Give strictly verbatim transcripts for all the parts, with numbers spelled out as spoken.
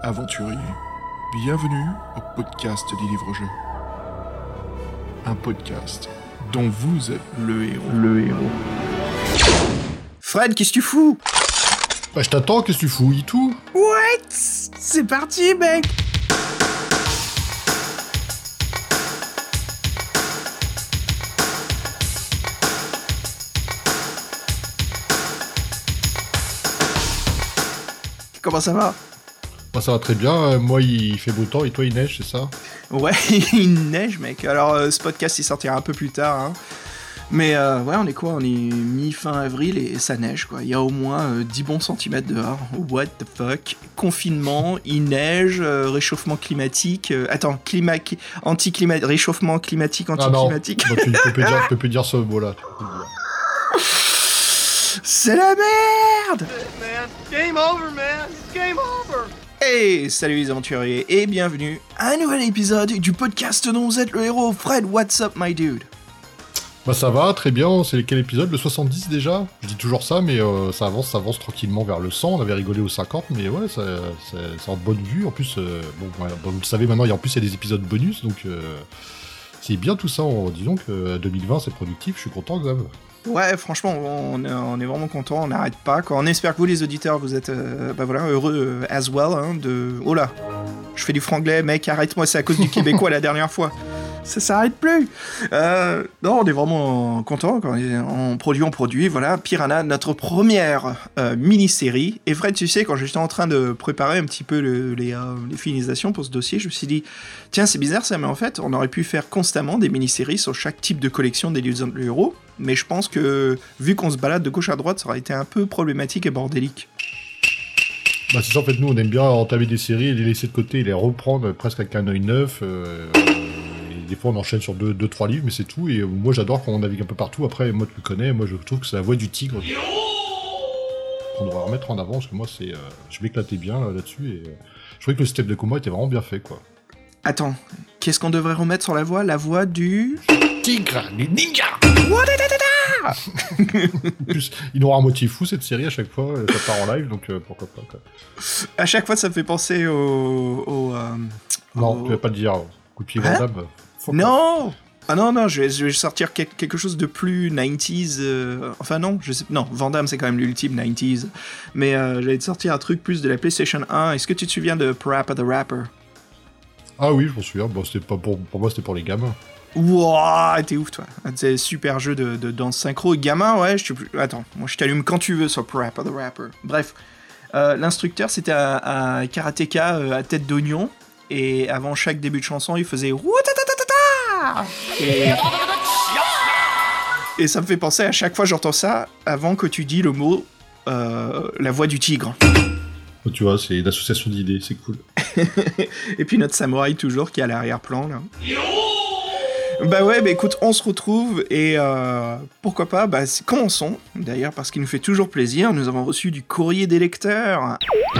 aventuriers, bienvenue au podcast des livres-jeux. Un podcast dont vous êtes le héros. Le héros. Fred, qu'est-ce que tu fous? Bah je t'attends, qu'est-ce que tu fouilles tout? What? C'est parti, mec! Comment ça va? Bah ça va très bien, moi il fait beau temps et toi il neige, c'est ça? Ouais, il neige, mec. Alors euh, ce podcast il sortira un peu plus tard, hein. Mais euh, ouais, on est quoi? On est mi-fin avril et ça neige, quoi. Il y a au moins euh, dix bons centimètres dehors. What the fuck? Confinement, il neige, euh, réchauffement climatique... Euh, attends, climat... anti-climat... réchauffement climatique, anti-climatique... Ah non, non tu, tu, peux dire, tu peux plus dire ce mot-là. C'est la merde! Man, game over, man. It's game over. Hey, salut les aventuriers et bienvenue à un nouvel épisode du podcast dont vous êtes le héros. Fred, what's up, my dude? Bah ça va, très bien, c'est quel épisode? Le soixante-dix déjà? Je dis toujours ça, mais euh, ça avance, ça avance tranquillement vers le cent, on avait rigolé au cinquante, mais ouais, ça, ça, c'est en bonne vue, en plus, euh, bon, ouais, bon, vous le savez maintenant, il y a, en plus il y a des épisodes bonus, donc euh, c'est bien tout ça, on, disons que deux mille vingt c'est productif, je suis content quand même. Ouais, franchement, on est, on est vraiment content, on n'arrête pas, quoi. On espère que vous, les auditeurs, vous êtes, euh, bah voilà, heureux euh, as well, hein, de... Oh là, je fais du franglais, mec, arrête-moi, c'est à cause du québécois la dernière fois. Ça s'arrête plus. Euh, non, on est vraiment content quand on produit, on produit. Voilà, Piranha, notre première euh, mini-série. Et Fred, tu sais, quand j'étais en train de préparer un petit peu le, les, euh, les finalisations pour ce dossier, je me suis dit, tiens, c'est bizarre ça, mais en fait, on aurait pu faire constamment des mini-séries sur chaque type de collection des Legends of the Hero. Mais je pense que, vu qu'on se balade de gauche à droite, ça aurait été un peu problématique et bordélique. Bah c'est ça, en fait, nous, on aime bien entamer des séries et les laisser de côté et les reprendre presque avec un œil neuf. Euh... Des fois on enchaîne sur deux, deux trois livres, mais c'est tout. Et moi j'adore quand on navigue un peu partout. Après, moi tu me connais, moi je trouve que c'est la voix du tigre qu'on devrait remettre en avant, parce que moi c'est, euh, je m'éclatais bien là, là-dessus. Et euh, je trouvais que le système de combat était vraiment bien fait, quoi. Attends, qu'est-ce qu'on devrait remettre sur la voix? La voix du... tigre, les ninjas. Ouadadadada. En plus, il aura un motif fou cette série à chaque fois, ça part en live, donc euh, pourquoi pas, quoi. À chaque fois ça me fait penser au... au euh, non, au... tu vas pas le dire, coup de pied Hein? Vandame. Non! Ah non, non, je vais, je vais sortir quel- quelque chose de plus nineties. Euh, enfin, non, je sais, non, Van Damme, c'est quand même l'ultime nineties. Mais euh, j'allais te sortir un truc plus de la PlayStation un. Est-ce que tu te souviens de Parappa the Rapper? Ah oui, je m'en souviens. Bon, c'était pas pour, pour moi, c'était pour les gamins. Wouah, t'es ouf, toi. C'est un super jeu de, de danse synchro. Gamin, ouais, je te... Attends, moi je t'allume quand tu veux sur Parappa the Rapper. Bref, euh, l'instructeur, c'était un, un karatéka euh, à tête d'oignon. Et avant chaque début de chanson, il faisait... Et... Et ça me fait penser à chaque fois j'entends ça avant que tu dis le mot euh, la voix du tigre. Tu vois, c'est une association d'idées, c'est cool. Et puis notre samouraï toujours qui est à l'arrière-plan là. Bah ouais, bah écoute, on se retrouve et euh, pourquoi pas, bah commençons d'ailleurs parce qu'il nous fait toujours plaisir. Nous avons reçu du courrier des lecteurs.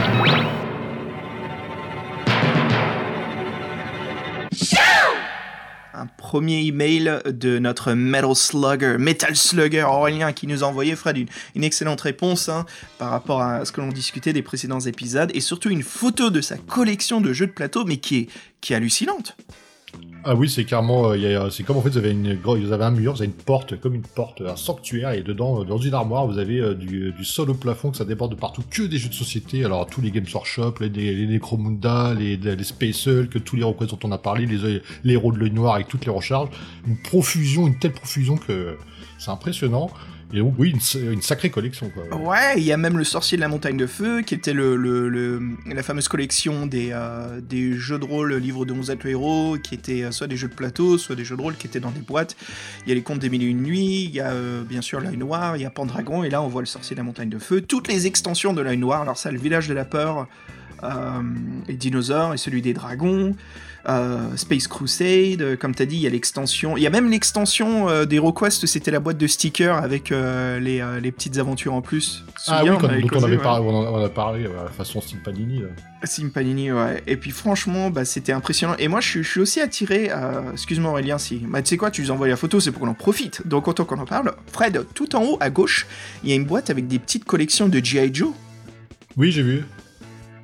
Un premier email de notre Metal Slugger, Metal Slugger Aurélien qui nous a envoyé, Fred, une, une excellente réponse hein, par rapport à ce que l'on discutait des précédents épisodes et surtout une photo de sa collection de jeux de plateau, mais qui est, qui est hallucinante. Ah oui, c'est carrément, euh, y a, c'est comme en fait vous avez, une, vous avez un mur, vous avez une porte, comme une porte, un sanctuaire, et dedans, euh, dans une armoire, vous avez euh, du, du sol au plafond, que ça déborde de partout, que des jeux de société, alors tous les Games Workshop, les, les, les Necromunda, les, les Space Hulk, tous les requêtes dont on a parlé, les, les héros de l'œil noir avec toutes les recharges, une profusion, une telle profusion que c'est impressionnant. Et oui, une, une sacrée collection, quoi. Ouais, il y a même le Sorcier de la Montagne de Feu, qui était le, le, le, la fameuse collection des, euh, des jeux de rôle, livres de onze le héros, qui étaient euh, soit des jeux de plateau, soit des jeux de rôle qui étaient dans des boîtes. Il y a les Contes des Mille et Une Nuits, il y a euh, bien sûr l'Œil Noir, il y a Pendragon, et là on voit le Sorcier de la Montagne de Feu. Toutes les extensions de l'Œil Noir, alors ça, le Village de la Peur, euh, les dinosaures et celui des dragons. Euh, Space Crusade, euh, comme t'as dit, il y a l'extension. Il y a même l'extension euh, d'HeroQuest, c'était la boîte de stickers avec euh, les, euh, les petites aventures en plus. Ah oui, quand, on dont causé, on, avait ouais. par... on, en, on a parlé, ouais, façon Steam Panini. Là. Steam Panini, ouais. Et puis franchement, bah, c'était impressionnant. Et moi, je suis, je suis aussi attiré. Euh... Excuse-moi Aurélien, si. Bah, tu sais quoi, tu nous envoies la photo, c'est pour qu'on en profite. Donc, autant qu'on en parle. Fred, tout en haut à gauche, il y a une boîte avec des petites collections de G I. Joe. Oui, j'ai vu.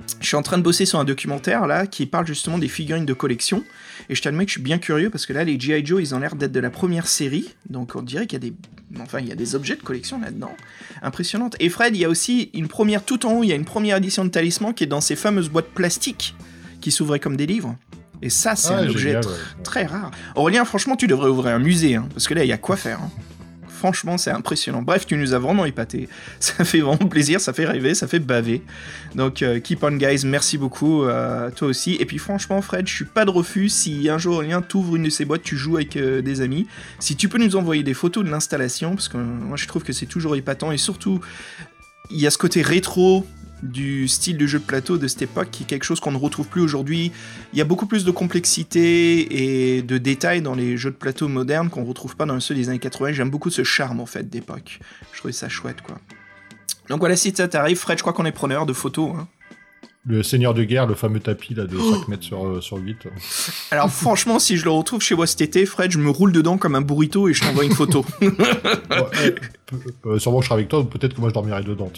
je suis en train de bosser sur un documentaire là qui parle justement des figurines de collection et je t'admets que je suis bien curieux parce que là les G I. Joe ils ont l'air d'être de la première série, donc on dirait qu'il y a des enfin il y a des objets de collection là-dedans impressionnante. Et Fred, il y a aussi une première tout en haut, il y a une première édition de Talisman qui est dans ces fameuses boîtes plastiques qui s'ouvraient comme des livres. Et ça c'est ah, un objet génial, tr- ouais. très rare. Aurélien, franchement tu devrais ouvrir un musée hein, parce que là il y a quoi faire hein. Franchement, c'est impressionnant. Bref, tu nous as vraiment épatés. Ça fait vraiment plaisir, ça fait rêver, ça fait baver. Donc, euh, keep on, guys. Merci beaucoup, euh, toi aussi. Et puis, franchement, Fred, je suis pas de refus. Si un jour, Aurélien, t'ouvres une de ces boîtes, tu joues avec euh, des amis. Si tu peux nous envoyer des photos de l'installation, parce que euh, moi, je trouve que c'est toujours épatant. Et surtout, il y a ce côté rétro du style de jeu de plateau de cette époque qui est quelque chose qu'on ne retrouve plus aujourd'hui. Il y a beaucoup plus de complexité et de détails dans les jeux de plateau modernes qu'on ne retrouve pas dans ceux des années quatre-vingts. J'aime beaucoup ce charme en fait d'époque. Je trouvais ça chouette quoi. Donc voilà, si ça t'arrive, Fred, je crois qu'on est preneur de photos. Hein. Le Seigneur de guerre, le fameux tapis là de oh cinq mètres sur, euh, sur huit. Alors franchement, si je le retrouve chez moi cet été, Fred, je me roule dedans comme un burrito et je t'envoie une photo. ouais, euh, euh, sûrement que je serai avec toi, ou peut-être que moi je dormirai dedans.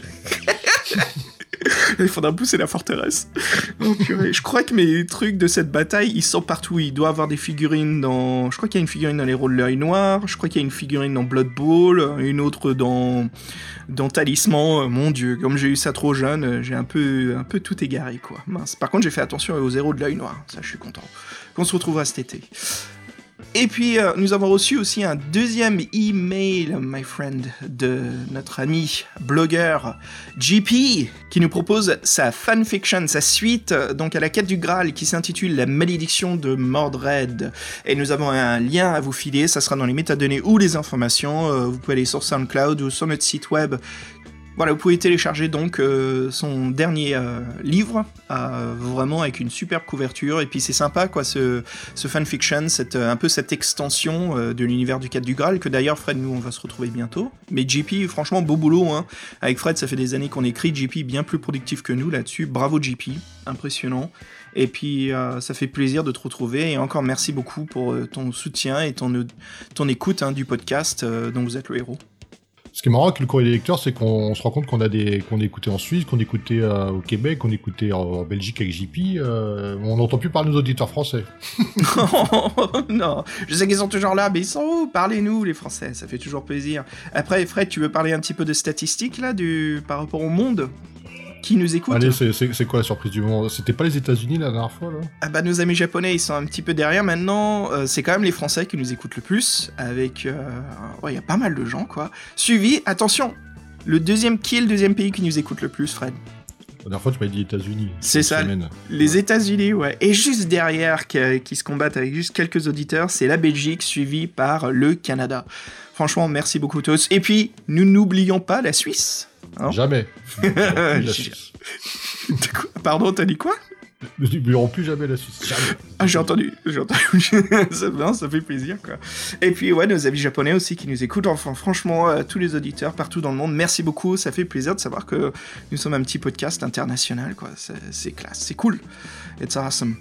Il faudra pousser la forteresse. Oh, purée. Je crois que mes trucs de cette bataille, ils sont partout. Il doit y avoir des figurines dans... Je crois qu'il y a une figurine dans les Héros de l'œil noir. Je crois qu'il y a une figurine dans Blood Bowl. Une autre dans... dans Talisman. Mon Dieu, comme j'ai eu ça trop jeune, j'ai un peu, un peu tout égaré, quoi. Mince. Par contre, j'ai fait attention aux Héros de l'œil noir. Ça, je suis content. Qu'on se retrouvera cet été. Et puis, euh, nous avons reçu aussi un deuxième email, my friend, de notre ami blogueur J P, qui nous propose sa fanfiction, sa suite, donc à la quête du Graal, qui s'intitule La malédiction de Mordred. Et nous avons un lien à vous filer, ça sera dans les métadonnées ou les informations. Euh, vous pouvez aller sur SoundCloud ou sur notre site web. Voilà, vous pouvez télécharger donc euh, son dernier euh, livre, euh, vraiment avec une superbe couverture, et puis c'est sympa quoi, ce, ce fanfiction, cette, un peu cette extension euh, de l'univers du Quête du Graal, que d'ailleurs Fred, nous on va se retrouver bientôt, mais J P, franchement beau boulot, hein. Avec Fred ça fait des années qu'on écrit, J P bien plus productif que nous là-dessus, bravo J P, impressionnant, et puis euh, ça fait plaisir de te retrouver, et encore merci beaucoup pour euh, ton soutien et ton, ton écoute hein, du podcast euh, dont vous êtes le héros. Ce qui est marrant avec le courrier des lecteurs, c'est qu'on se rend compte qu'on a des qu'on écoutait en Suisse, qu'on écoutait euh, au Québec, qu'on écoutait en, en Belgique avec J P. Euh, on n'entend plus parler de nos auditeurs français. Non, je sais qu'ils sont toujours là, mais ils sont où ? Parlez-nous, les Français, ça fait toujours plaisir. Après, Fred, tu veux parler un petit peu de statistiques là, du par rapport au monde ? Qui nous écoute ? Allez, c'est, c'est, c'est quoi la surprise du monde ? C'était pas les États-Unis la dernière fois, là ? Ah bah nos amis japonais, ils sont un petit peu derrière maintenant. Euh, c'est quand même les Français qui nous écoutent le plus, avec... Euh... Ouais, il y a pas mal de gens, quoi. Suivi, attention, le deuxième, qui est le deuxième pays qui nous écoute le plus, Fred ? La dernière fois, tu m'as dit États-Unis. C'est ça, semaine. Les États-Unis, ouais. Et juste derrière, qui, qui se combattent avec juste quelques auditeurs, c'est la Belgique, suivie par le Canada. Franchement, merci beaucoup tous. Et puis, nous n'oublions pas la Suisse. Hein ? Jamais. La Suisse. Pardon, t'as dit quoi ? Nous n'oublierons plus jamais la Suisse. Jamais. Ah, j'ai entendu. J'ai entendu. ça, non, ça fait plaisir, quoi. Et puis, ouais, nos amis japonais aussi qui nous écoutent. Enfin, franchement, euh, tous les auditeurs partout dans le monde, merci beaucoup. Ça fait plaisir de savoir que nous sommes un petit podcast international, quoi. C'est, c'est classe. C'est cool. It's awesome.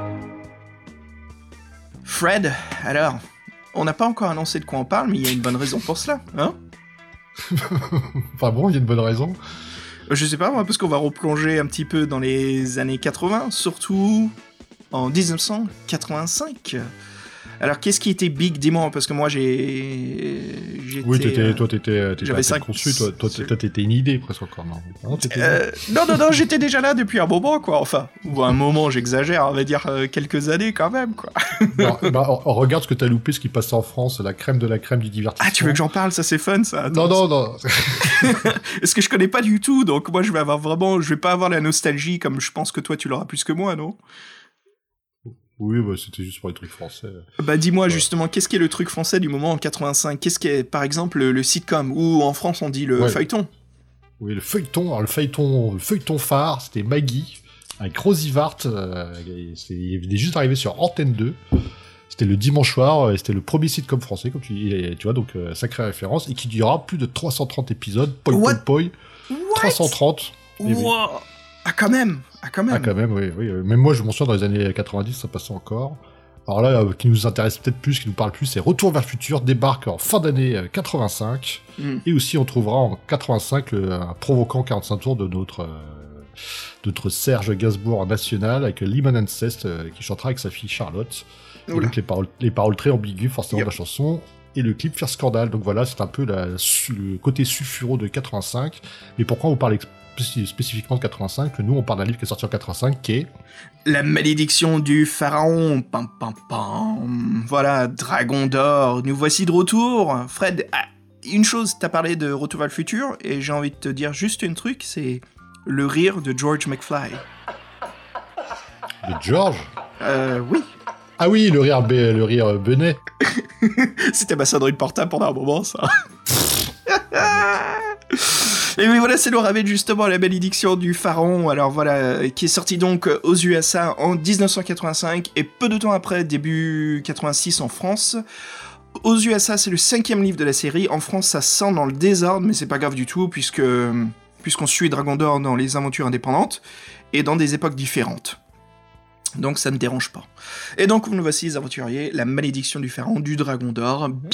Fred, alors, on n'a pas encore annoncé de quoi on parle, mais il y a une bonne raison pour cela, hein ? Enfin bon, il y a une bonne raison. Je sais pas, moi, parce qu'on va replonger un petit peu dans les années quatre-vingts, surtout en dix-neuf cent quatre-vingt-cinq. Alors, qu'est-ce qui était big, dis-moi, parce que moi, j'ai... J'étais, oui, t'étais, euh... toi, t'étais, t'étais j'avais cinq... conçu, toi, toi, toi, t'étais une idée, presque encore, non non, euh, non, non, non, j'étais déjà là depuis un moment, quoi, enfin, ou un moment, j'exagère, on va dire euh, quelques années, quand même, quoi. Non, bah, on, on regarde ce que t'as loupé, ce qui passe en France, la crème de la crème du divertissement. Ah, tu veux que j'en parle, ça, c'est fun, ça. Attends, non, non, non. Est-ce que je connais pas du tout, donc moi, je vais avoir vraiment, je vais pas avoir la nostalgie, comme je pense que toi, tu l'auras plus que moi, non ? Oui, bah, c'était juste pour les trucs français. Bah dis-moi ouais. justement, qu'est-ce qui est le truc français du moment en quatre-vingt-cinq ? Qu'est-ce qui est, par exemple, le, le sitcom, ou en France on dit le ouais. feuilleton ? Oui, le feuilleton, alors le feuilleton, le feuilleton phare, c'était Maggie, avec Rosie Vart, euh, il venait juste d'arriver sur Antenne deux, c'était le dimanche soir, et c'était le premier sitcom français, comme tu dis, tu vois, donc euh, sacrée référence, et qui durera plus de trois cent trente épisodes, poi poi poi, trois cent trente. Wow. Ah quand même, ah quand même. Ah quand même, oui, oui. Même moi, je m'en souviens dans les années quatre-vingt-dix, ça passait encore. Alors là, euh, qui nous intéresse peut-être plus, qui nous parle plus, c'est Retour vers le futur, débarque en fin d'année quatre-vingt-cinq, mm. et aussi on trouvera en quatre-vingt-cinq le un provoquant quarante-cinq tours de notre euh, de notre Serge Gainsbourg national, avec Lehman Ancest, euh, qui chantera avec sa fille Charlotte. Et donc les paroles, les paroles très ambiguës, forcément, yep. de la chanson. Et le clip Faire Scandale. Donc voilà, c'est un peu la, le côté sulfureux de quatre-vingt-cinq. Mais pourquoi on parle spécifiquement de quatre-vingt-cinq? Nous, on parle d'un livre qui est sorti en quatre-vingt-cinq, qui est... La malédiction du pharaon. Pam, pam, pam. Voilà, Dragon d'or. Nous voici de retour. Fred, ah, une chose, t'as parlé de Retour vers le futur, et j'ai envie de te dire juste un truc, c'est le rire de George McFly. De George? Euh, oui. Ah oui, le rire, bé- le rire Benet. C'était ma sonnerie de portable pendant un moment, ça. Et oui, voilà, c'est le rappel justement La malédiction du pharaon, alors voilà, qui est sorti donc aux U S A en dix-neuf cent quatre-vingt-cinq, et peu de temps après, début quatre-vingt-six en France. Aux U S A, c'est le cinquième livre de la série. En France, ça sent dans le désordre, mais c'est pas grave du tout, puisque puisqu'on suit Dragon d'or dans les aventures indépendantes, et dans des époques différentes. Donc ça ne dérange pas. Et donc nous voici les aventuriers, la malédiction du pharaon, du Dragon d'or, bim.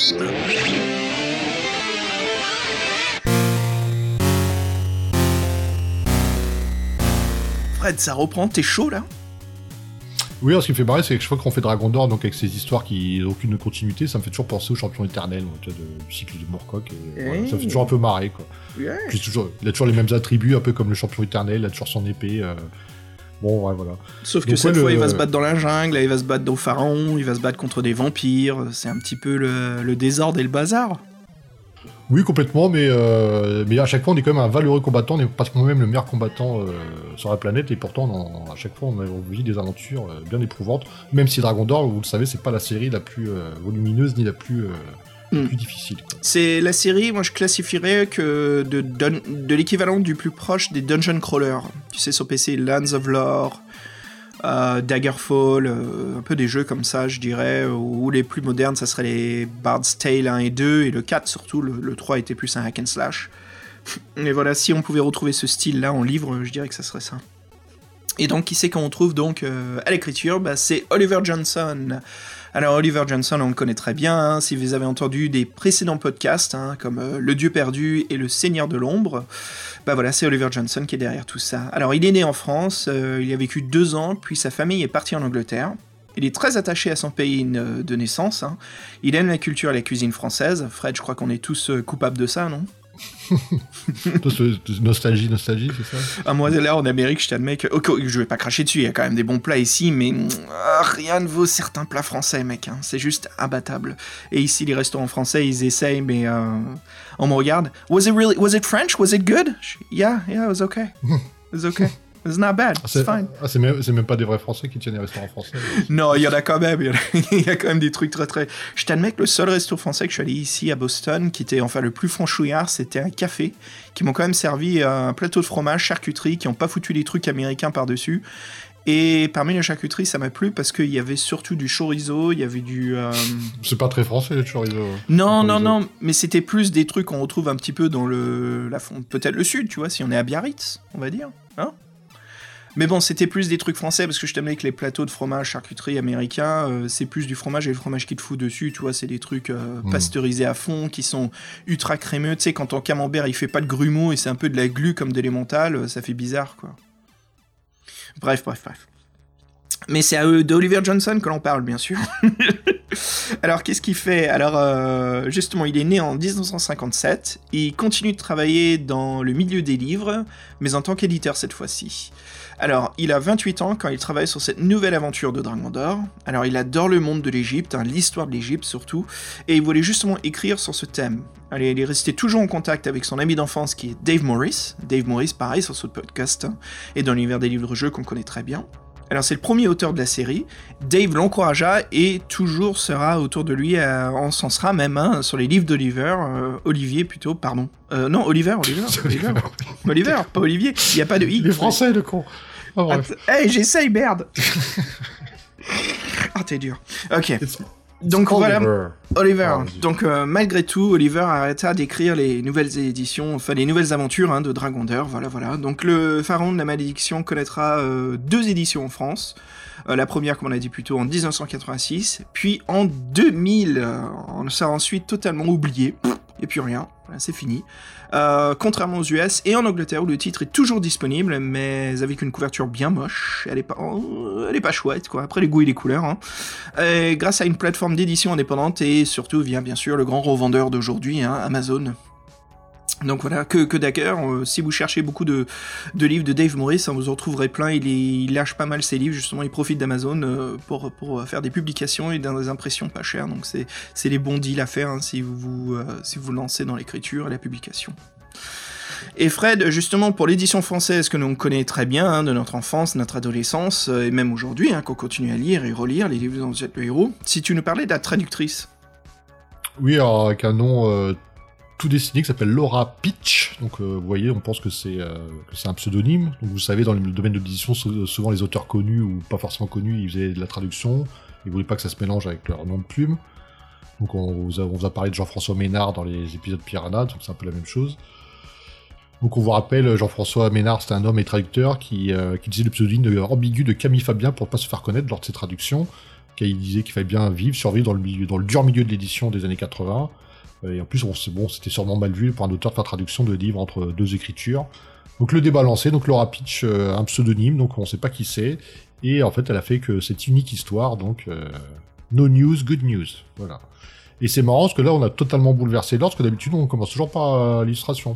Fred, ça reprend, t'es chaud là? Oui, alors, ce qui me fait marrer, c'est que je crois qu'on fait Dragon d'or, donc avec ces histoires qui n'ont aucune continuité, ça me fait toujours penser au champion éternel, tu vois, de, du cycle de Moorcock, et hey. Voilà, ça me fait toujours un peu marrer, quoi. Yeah. Puis toujours, il a toujours les mêmes attributs, un peu comme le champion éternel, il a toujours son épée. Euh... Bon, ouais, voilà. Sauf que donc, cette ouais, fois, le... il va se battre dans la jungle, là, il va se battre au pharaon, il va se battre contre des vampires, c'est un petit peu le, le désordre et le bazar. Oui, complètement, mais, euh, mais à chaque fois, on est quand même un valeureux combattant, on est pratiquement même le meilleur combattant euh, sur la planète, et pourtant, on, à chaque fois, on a vécu des aventures euh, bien éprouvantes, même si Dragon d'or, vous le savez, c'est pas la série la plus euh, volumineuse, ni la plus, euh, mm. la plus difficile. Quoi. C'est la série, moi je classifierais que de, dun- de l'équivalent du plus proche des Dungeon Crawlers. Tu sais, sur P C, Lands of Lore, euh, Daggerfall, euh, un peu des jeux comme ça, je dirais, ou, ou les plus modernes, ça serait les Bard's Tale un et deux, et le quatre surtout, le, le trois était plus un hack and slash. Mais voilà, si on pouvait retrouver ce style-là en livre, je dirais que ça serait ça. Et donc, qui c'est qu'on trouve donc euh, à l'écriture? Bah, c'est Oliver Johnson. Alors, Oliver Johnson, on le connaît très bien, hein, si vous avez entendu des précédents podcasts, hein, comme euh, Le Dieu perdu et Le Seigneur de l'ombre, bah voilà, c'est Oliver Johnson qui est derrière tout ça. Alors, il est né en France, euh, il y a vécu deux ans, puis sa famille est partie en Angleterre. Il est très attaché à son pays de naissance, hein. Il aime la culture et la cuisine française. Fred, je crois qu'on est tous euh, coupables de ça, non? nostalgie, nostalgie, c'est ça? Ah, moi, là, en Amérique, je t'admets que... Okay, je vais pas cracher dessus, il y a quand même des bons plats ici, mais ah, rien ne vaut certains plats français, mec. Hein. C'est juste imbattable. Et ici, les restaurants français, ils essayent, mais euh, on me regarde. Was it really... Was it French? Was it good? Yeah, yeah, it was okay. It was okay. It's not bad, it's c'est, fine. Ah, c'est, même, c'est même pas des vrais Français qui tiennent les restaurants français. Non, il y en a quand même, il y, a, il y a quand même des trucs très très... Je t'admets que le seul resto français que je suis allé ici à Boston, qui était enfin le plus franchouillard, c'était un café, qui m'ont quand même servi un plateau de fromage, charcuterie, qui n'ont pas foutu les trucs américains par-dessus. Et parmi les charcuteries, ça m'a plu parce qu'il y avait surtout du chorizo, il y avait du... Euh... C'est pas très français, le chorizo. Non, le chorizo. non, non, mais c'était plus des trucs qu'on retrouve un petit peu dans le... La... peut-être le sud, tu vois, si on est à Biarritz, on va dire, hein. Mais bon, c'était plus des trucs français, parce que je t'aimais que les plateaux de fromage charcuterie américains, euh, c'est plus du fromage et le fromage qui te fout dessus, tu vois, c'est des trucs euh, mmh. pasteurisés à fond, qui sont ultra crémeux, tu sais, quand ton camembert, il fait pas de grumeaux, et c'est un peu de la glu comme d'élémental, ça fait bizarre, quoi. Bref, bref, bref. Mais c'est à eux d'Oliver Johnson que l'on parle, bien sûr. Alors, qu'est-ce qu'il fait? Alors, euh, justement, il est né en dix-neuf cent cinquante-sept, il continue de travailler dans le milieu des livres, mais en tant qu'éditeur cette fois-ci. Alors, il a vingt-huit ans quand il travaille sur cette nouvelle aventure de Dragon d'or. Alors, il adore le monde de l'Égypte, hein, l'histoire de l'Égypte surtout, et il voulait justement écrire sur ce thème. Alors, il est resté toujours en contact avec son ami d'enfance qui est Dave Morris. Dave Morris, pareil, sur ce podcast, hein, et dans l'univers des livres-jeux qu'on connaît très bien. Alors, c'est le premier auteur de la série. Dave l'encouragea et toujours sera autour de lui, euh, on s'en sera même hein, sur les livres d'Oliver, euh, Olivier plutôt, pardon. Euh, non, Oliver, Oliver, Oliver, Oliver, pas Olivier, il n'y a pas de i. Il est français, le con. Oh, bref. Hey, j'essaye, merde. Ah, t'es dur. Ok. Donc Oliver. Voilà, Oliver. Oh, donc euh, malgré tout, Oliver arrêta d'écrire les nouvelles éditions, enfin les nouvelles aventures hein, de Dragon d'or. Voilà, voilà. Donc le Pharaon de la Malédiction connaîtra euh, deux éditions en France. Euh, la première, comme on a dit plus tôt, en dix-neuf cent quatre-vingt-six, puis en deux mille. Euh, on s'est ensuite totalement oublié. Pff, et puis rien, voilà, c'est fini. Euh, contrairement aux U S et en Angleterre où le titre est toujours disponible, mais avec une couverture bien moche, elle est pas, oh, elle est pas chouette, quoi. Après les goûts et les couleurs, hein. Et grâce à une plateforme d'édition indépendante et surtout via bien sûr le grand revendeur d'aujourd'hui, hein, Amazon. Donc voilà, que, que d'accord, euh, si vous cherchez beaucoup de, de livres de Dave Morris, hein, vous en retrouverez plein, il, est, il lâche pas mal ses livres, justement il profite d'Amazon euh, pour, pour faire des publications et des impressions pas chères, donc c'est, c'est les bons deals à faire hein, si vous vous, euh, si vous lancez dans l'écriture et la publication. Et Fred, justement pour l'édition française que l'on connaît très bien, hein, de notre enfance, notre adolescence, euh, et même aujourd'hui, hein, qu'on continue à lire et relire les livres dont vous êtes le héros, si tu nous parlais de la traductrice. Oui, alors avec un nom... Euh... tout dessiné qui s'appelle Laura Peach, donc euh, vous voyez, on pense que c'est euh, que c'est un pseudonyme. Donc vous savez, dans le domaine de l'édition, souvent les auteurs connus ou pas forcément connus, ils faisaient de la traduction, ils voulaient pas que ça se mélange avec leur nom de plume. Donc on vous a, on vous a parlé de Jean-François Ménard dans les épisodes Piranha, donc c'est un peu la même chose. Donc on vous rappelle, Jean-François Ménard, c'était un homme et traducteur qui, euh, qui disait le pseudonyme ambigu de Camille Fabien pour ne pas se faire connaître lors de ses traductions. Il disait qu'il fallait bien vivre, survivre dans le, milieu, dans le dur milieu de l'édition des années quatre-vingts. Et en plus, on, bon, c'était sûrement mal vu pour un auteur de faire traduction de livres entre deux écritures. Donc le débat lancé, donc Laura Peach, euh, un pseudonyme, donc on sait pas qui c'est. Et en fait, elle a fait que cette unique histoire, donc euh, no news, good news. Voilà. Et c'est marrant parce que là, on a totalement bouleversé l'ordre, parce que d'habitude, on commence toujours par euh, l'illustration.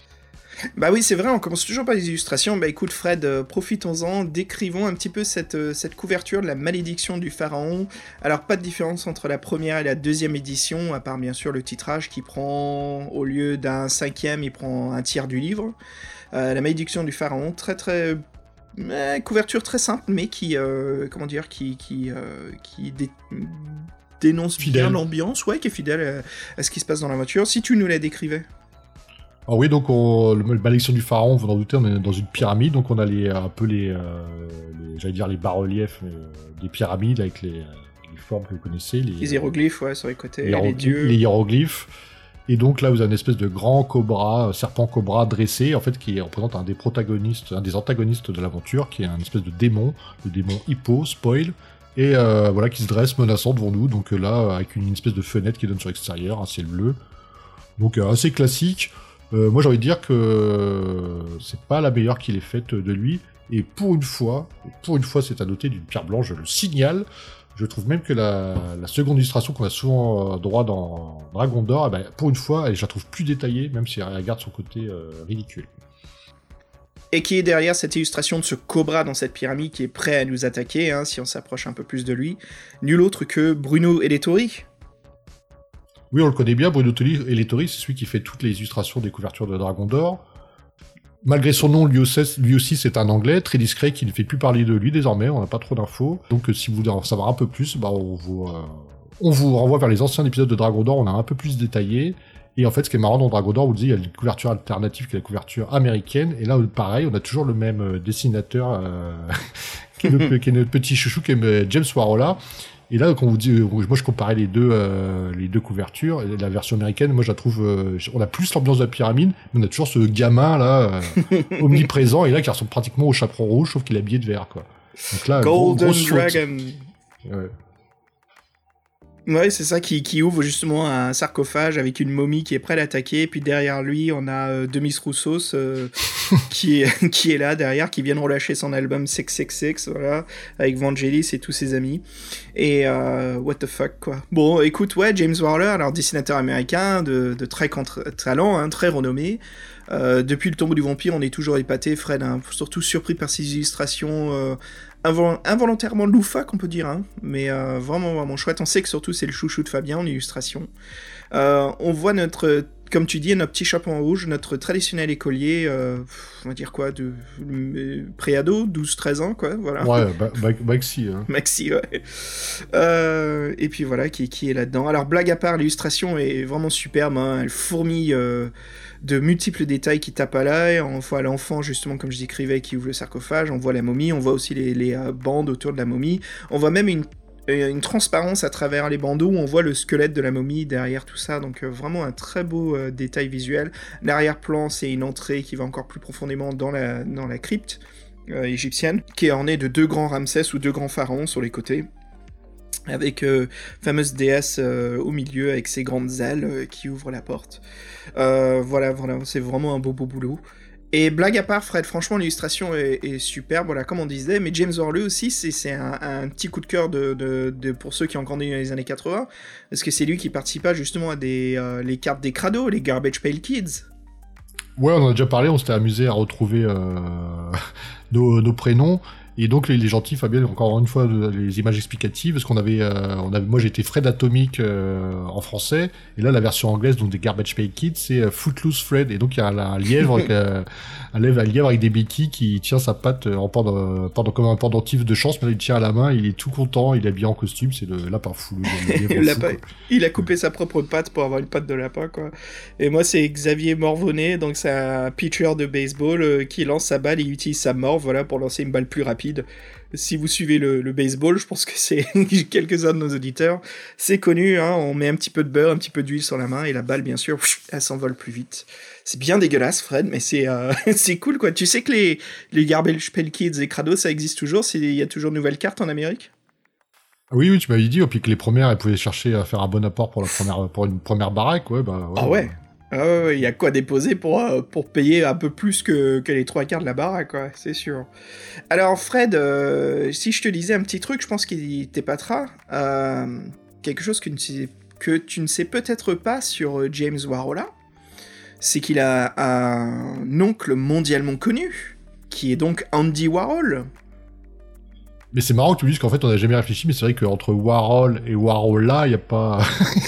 Bah oui, c'est vrai, on commence toujours par les illustrations. Bah écoute Fred, euh, profitons-en, décrivons un petit peu cette, euh, cette couverture de la malédiction du pharaon. Alors pas de différence entre la première et la deuxième édition, à part bien sûr le titrage qui prend, au lieu d'un cinquième, il prend un tiers du livre. Euh, la malédiction du pharaon, très très... Euh, couverture très simple, mais qui, euh, comment dire, qui, qui, euh, qui dé... dénonce fidèle. Bien l'ambiance, ouais, qui est fidèle à, à ce qui se passe dans la voiture. Si tu nous la décrivais. Alors oui, donc on, le, le malédiction du pharaon, vous en doutez, on est dans une pyramide, donc on a les, un peu les, euh, les j'allais dire les bas-reliefs euh, des pyramides avec les, les formes que vous connaissez. Les, les hiéroglyphes, ouais, sur les côtés, les, les dieux. Les hiéroglyphes. Et donc là, vous avez une espèce de grand cobra, serpent cobra dressé, en fait, qui représente un des protagonistes, un des antagonistes de l'aventure, qui est un espèce de démon, le démon Hippo, spoil, et euh, voilà, qui se dresse menaçant devant nous, donc là, avec une espèce de fenêtre qui donne sur l'extérieur, un ciel bleu. Donc euh, assez classique. Euh, moi j'ai envie de dire que c'est pas la meilleure qu'il ait faite de lui, et pour une fois, pour une fois c'est à noter d'une pierre blanche, je le signale, je trouve même que la, la seconde illustration qu'on a souvent droit dans Dragon d'Or, eh ben, pour une fois, je la trouve plus détaillée, même si elle garde son côté euh, ridicule. Et qui est derrière cette illustration de ce cobra dans cette pyramide qui est prêt à nous attaquer, hein, si on s'approche un peu plus de lui, nul autre que Bruno Elettori. Oui, on le connaît bien, Bruno Elettori, c'est celui qui fait toutes les illustrations des couvertures de Dragon d'Or. Malgré son nom, lui aussi, lui aussi c'est un anglais, très discret, qui ne fait plus parler de lui désormais, on n'a pas trop d'infos. Donc si vous voulez en savoir un peu plus, bah, on, vous, euh, on vous renvoie vers les anciens épisodes de Dragon d'Or, on a un peu plus détaillé. Et en fait, ce qui est marrant dans Dragon d'Or, vous le dites, il y a une couverture alternative qui est la couverture américaine, et là, pareil, on a toujours le même dessinateur, euh, qui, est notre, qui est notre petit chouchou, qui est James Warola. Et là, quand on vous dit, moi je comparais les deux, euh, les deux couvertures, et la version américaine, moi je la trouve, euh, on a plus l'ambiance de la pyramide, mais on a toujours ce gamin là, euh, omniprésent, et là qui ressemble pratiquement au chaperon rouge, sauf qu'il est habillé de vert, quoi. Donc là, Golden gros, Dragon. Ouais. Ouais, c'est ça qui, qui ouvre justement un sarcophage avec une momie qui est prête à l'attaquer, et puis derrière lui, on a euh, Demis Roussos euh, qui, est, qui est là derrière, qui vient de relâcher son album six six six, voilà, avec Vangelis et tous ses amis. Et euh, what the fuck, quoi. Bon, écoute, ouais, James Waller, alors dessinateur américain de, de très contre- talent, hein, très renommé. Euh, depuis le tombeau du vampire, on est toujours épaté, Fred, hein, surtout surpris par ses illustrations euh, invol- involontairement loufoques, on peut dire, hein, mais euh, vraiment, vraiment chouette. On sait que surtout c'est le chouchou de Fabien en illustration. Euh, on voit notre, comme tu dis, notre petit chaperon rouge, notre traditionnel écolier, euh, on va dire quoi, de euh, pré-ado, douze treize ans, quoi, voilà. Ouais, ba- ba- Maxi. Hein. Maxi, ouais. Euh, et puis voilà, qui, qui est là-dedans. Alors, blague à part, l'illustration est vraiment superbe, hein, elle fourmille euh, de multiples détails qui tapent à l'œil. On voit l'enfant, justement, comme je décrivais, qui ouvre le sarcophage, on voit la momie, on voit aussi les, les euh, bandes autour de la momie, on voit même une une transparence à travers les bandeaux où on voit le squelette de la momie derrière tout ça, donc euh, vraiment un très beau euh, détail visuel. L'arrière-plan, c'est une entrée qui va encore plus profondément dans la, dans la crypte euh, égyptienne, qui est ornée de deux grands Ramsès ou deux grands pharaons sur les côtés. avec euh, fameuse déesse euh, au milieu avec ses grandes ailes euh, qui ouvrent la porte. Euh, voilà, voilà, c'est vraiment un beau beau boulot. Et blague à part, Fred, franchement l'illustration est, est superbe, voilà, comme on disait, mais James Warley aussi, c'est, c'est un, un petit coup de cœur de, de, de, pour ceux qui ont grandi dans les années quatre-vingts, parce que c'est lui qui participa justement à des, euh, les cartes des Crado, les Garbage Pail Kids. Ouais, on en a déjà parlé, on s'était amusé à retrouver euh, nos, nos prénoms. Et donc les, les gentils, Fabien, encore une fois les images explicatives, parce qu'on avait, euh, on avait, moi j'étais Fred Atomic euh, en français, et là la version anglaise donc des Garbage Pail Kids, c'est euh, Footloose Fred, et donc il y a un, un lièvre, avec, euh, un lièvre, un lièvre avec des béquilles qui tient sa patte en pendant, pendant comme un pendentif de chance, mais il tient à la main, il est tout content, il est habillé en costume, c'est le lapin fou. Le, le lapin, fou il a coupé sa propre patte pour avoir une patte de lapin, quoi. Et moi c'est Xavier Morvonnet, donc c'est un pitcher de baseball euh, qui lance sa balle, il utilise sa morve, voilà, pour lancer une balle plus rapide. Si vous suivez le, le baseball, je pense que c'est quelques-uns de nos auditeurs, c'est connu, hein, on met un petit peu de beurre, un petit peu d'huile sur la main, et la balle, bien sûr, elle s'envole plus vite. C'est bien dégueulasse, Fred, mais c'est, euh, c'est cool, quoi. Tu sais que les, les Garbage Pail Kids et Crado, ça existe toujours, il y a toujours de nouvelles cartes en Amérique? Oui, oui, tu m'avais dit, et puis que les premières, elles pouvaient chercher à faire un bon apport pour, la première, pour une première baraque, ouais, bah... Ouais, ah ouais, il ah ouais, y a quoi déposer pour, euh, pour payer un peu plus que, que les trois quarts de la baraque, quoi, c'est sûr. Alors Fred, euh, si je te disais un petit truc, je pense qu'il t'épatera, euh, quelque chose que, tu, que tu ne sais peut-être pas sur James Warhol, c'est qu'il a un oncle mondialement connu, qui est donc Andy Warhol. Mais c'est marrant que tu me dises qu'en fait on n'a jamais réfléchi, mais c'est vrai qu'entre Warhol et Warhola, il n'y a pas,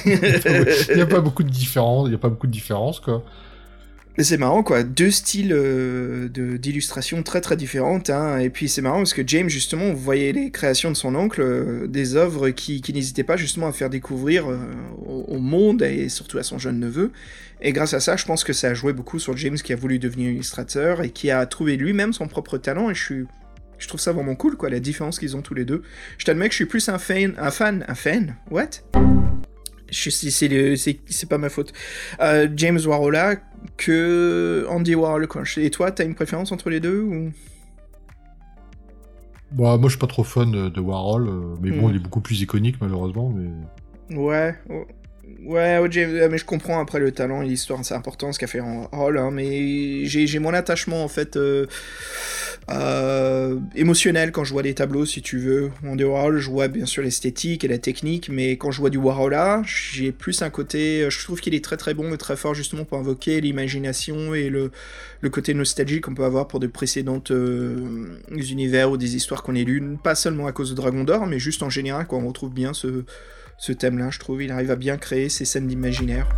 il n'y a pas beaucoup de différence, il n'y a pas beaucoup de différence, quoi. C'est marrant, quoi, deux styles euh, de, d'illustration très très différentes, hein. Et puis c'est marrant parce que James, justement, vous voyez les créations de son oncle, euh, des œuvres qui, qui n'hésitaient pas justement à faire découvrir euh, au, au monde et surtout à son jeune neveu. Et grâce à ça, je pense que ça a joué beaucoup sur James qui a voulu devenir illustrateur et qui a trouvé lui-même son propre talent, et je suis... Je trouve ça vraiment cool, quoi, la différence qu'ils ont tous les deux. Je t'admets que je suis plus un fan... Un fan Un fan What je, c'est, c'est, le, c'est, c'est pas ma faute. Euh, James Warhol que Andy Warhol, quoi. Et toi, t'as une préférence entre les deux, ou... Bah, moi, je suis pas trop fan de Warhol, euh, mais mm. bon, il est beaucoup plus iconique, malheureusement, mais... Ouais... Oh. Ouais, oh, James, mais je comprends après le talent et l'histoire, c'est important ce qu'a fait Hall, hein, mais j'ai, j'ai mon attachement en fait euh, euh, émotionnel quand je vois des tableaux, si tu veux. En Warhol, je vois bien sûr l'esthétique et la technique, mais quand je vois du Warhol là, j'ai plus un côté, je trouve qu'il est très très bon et très fort justement pour invoquer l'imagination et le, le côté nostalgique qu'on peut avoir pour de précédentes euh, univers ou des histoires qu'on ait lues, pas seulement à cause de Dragon d'Or, mais juste en général, quand on retrouve bien ce... Ce thème-là, je trouve, il arrive à bien créer ces scènes d'imaginaire.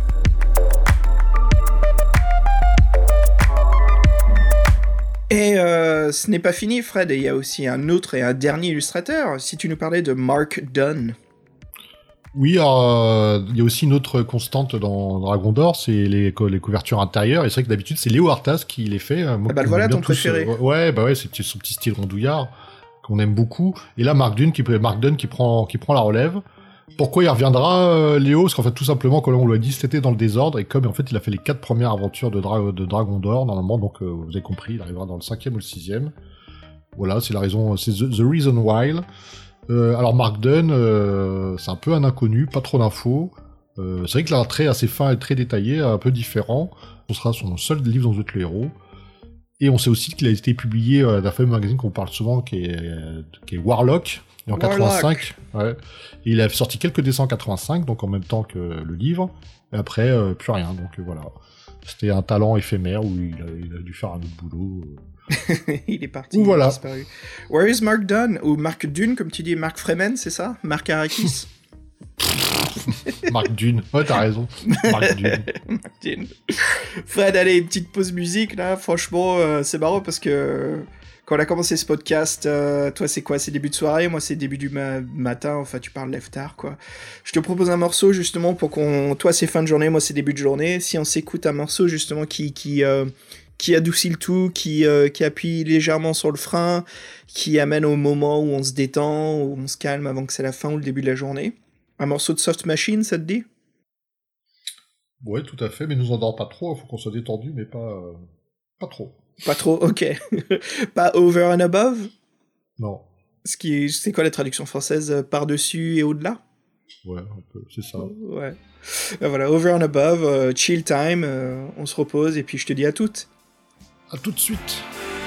Et euh, ce n'est pas fini, Fred, il y a aussi un autre et un dernier illustrateur, si tu nous parlais de Mark Dunn. Oui, alors, euh, il y a aussi une autre constante dans Dragon d'Or, c'est les, les couvertures intérieures, et c'est vrai que d'habitude, c'est Léo Artas qui les fait. Moi, ah bah voilà ton tous, préféré. Euh, ouais, bah ouais, c'est son petit style rondouillard, qu'on aime beaucoup. Et là, Mark Dunn qui, Mark Dunn qui, prend, qui prend la relève. Pourquoi il reviendra, euh, Léo? Parce qu'en fait, tout simplement, comme on l'a dit, c'était dans le désordre, et comme en fait, il a fait les quatre premières aventures de, Dra- de Dragon d'Or, normalement, donc euh, vous avez compris, il arrivera dans le cinquième ou le sixième. Voilà, c'est la raison, c'est The, the Reason Why. Euh, alors, Mark Dunn, euh, c'est un peu un inconnu, pas trop d'infos. Euh, c'est vrai qu'il a un trait assez fin et très détaillé, un peu différent. Ce sera son seul livre dont vous êtes le héros. Et on sait aussi qu'il a été publié euh, d'un fameux magazine qu'on parle souvent, qui est, euh, qui est Warlock. Et en quatre-vingt-cinq, ouais. Et il a sorti quelques dessins en quatre-vingt-cinq, donc en même temps que le livre. Et après, euh, plus rien. Donc euh, voilà. C'était un talent éphémère où il a, il a dû faire un autre boulot. Il est parti, ou il voilà. a disparu. Where is Mark Dunn? Ou Mark Dunn, comme tu dis, Mark Freeman, c'est ça? Mark Arakis? Mark Dunn. Ouais, t'as raison. Mark Dunn. Mark Dunn. Fred, allez, une petite pause musique, là. Franchement, euh, c'est marrant parce que... Quand on a commencé ce podcast, euh, toi c'est quoi? C'est début de soirée, moi c'est début du ma- matin, enfin tu parles lève tard quoi. Je te propose un morceau justement pour qu'on... Toi c'est fin de journée, moi c'est début de journée. Si on s'écoute un morceau justement qui, qui, euh, qui adoucit le tout, qui, euh, qui appuie légèrement sur le frein, qui amène au moment où on se détend, où on se calme avant que c'est la fin ou le début de la journée. Un morceau de Soft Machine, ça te dit? Ouais, tout à fait, mais nous endort pas trop, il faut qu'on soit détendu, mais pas, euh, pas trop. Pas trop, ok. Pas Over and Above? Non. Ce qui est... C'est quoi la traduction française euh, par-dessus et au-delà? Ouais, un peu, c'est ça. Ouais. Ben voilà, over and above, euh, chill time, euh, on se repose et puis je te dis à toutes. À tout de suite.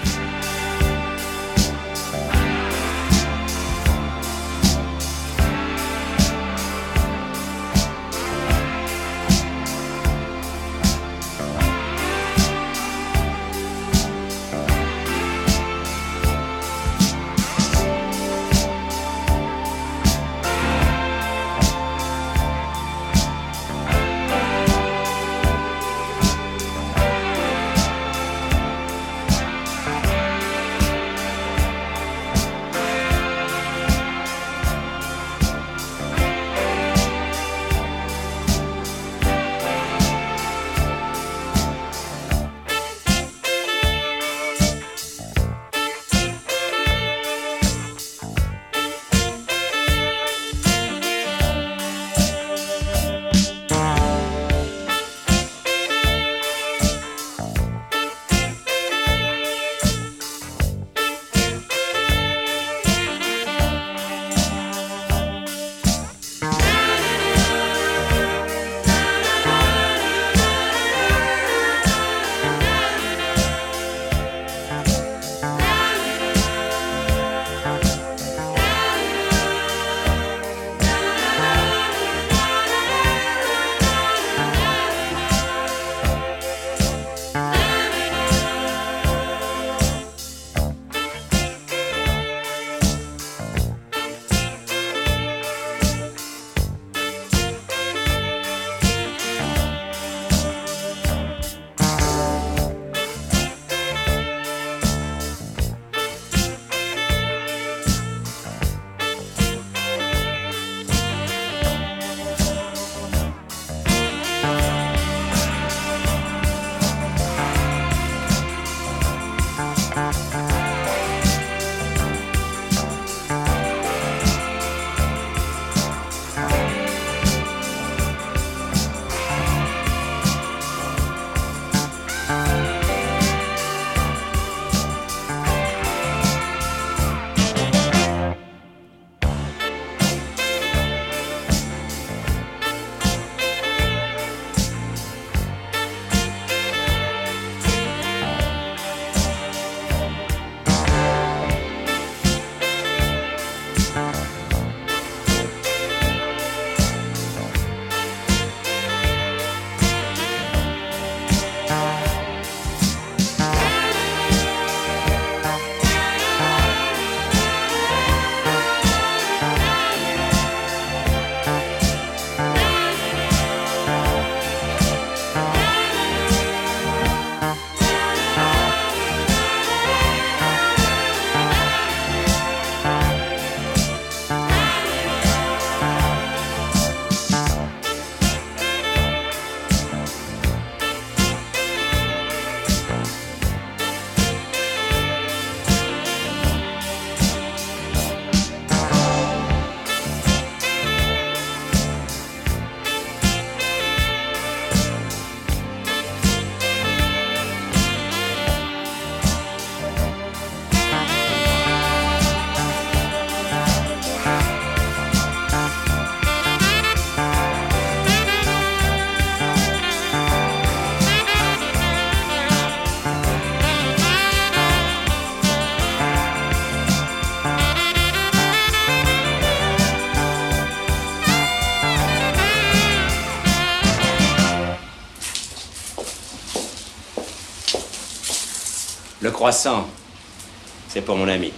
Le croissant, c'est pour mon ami.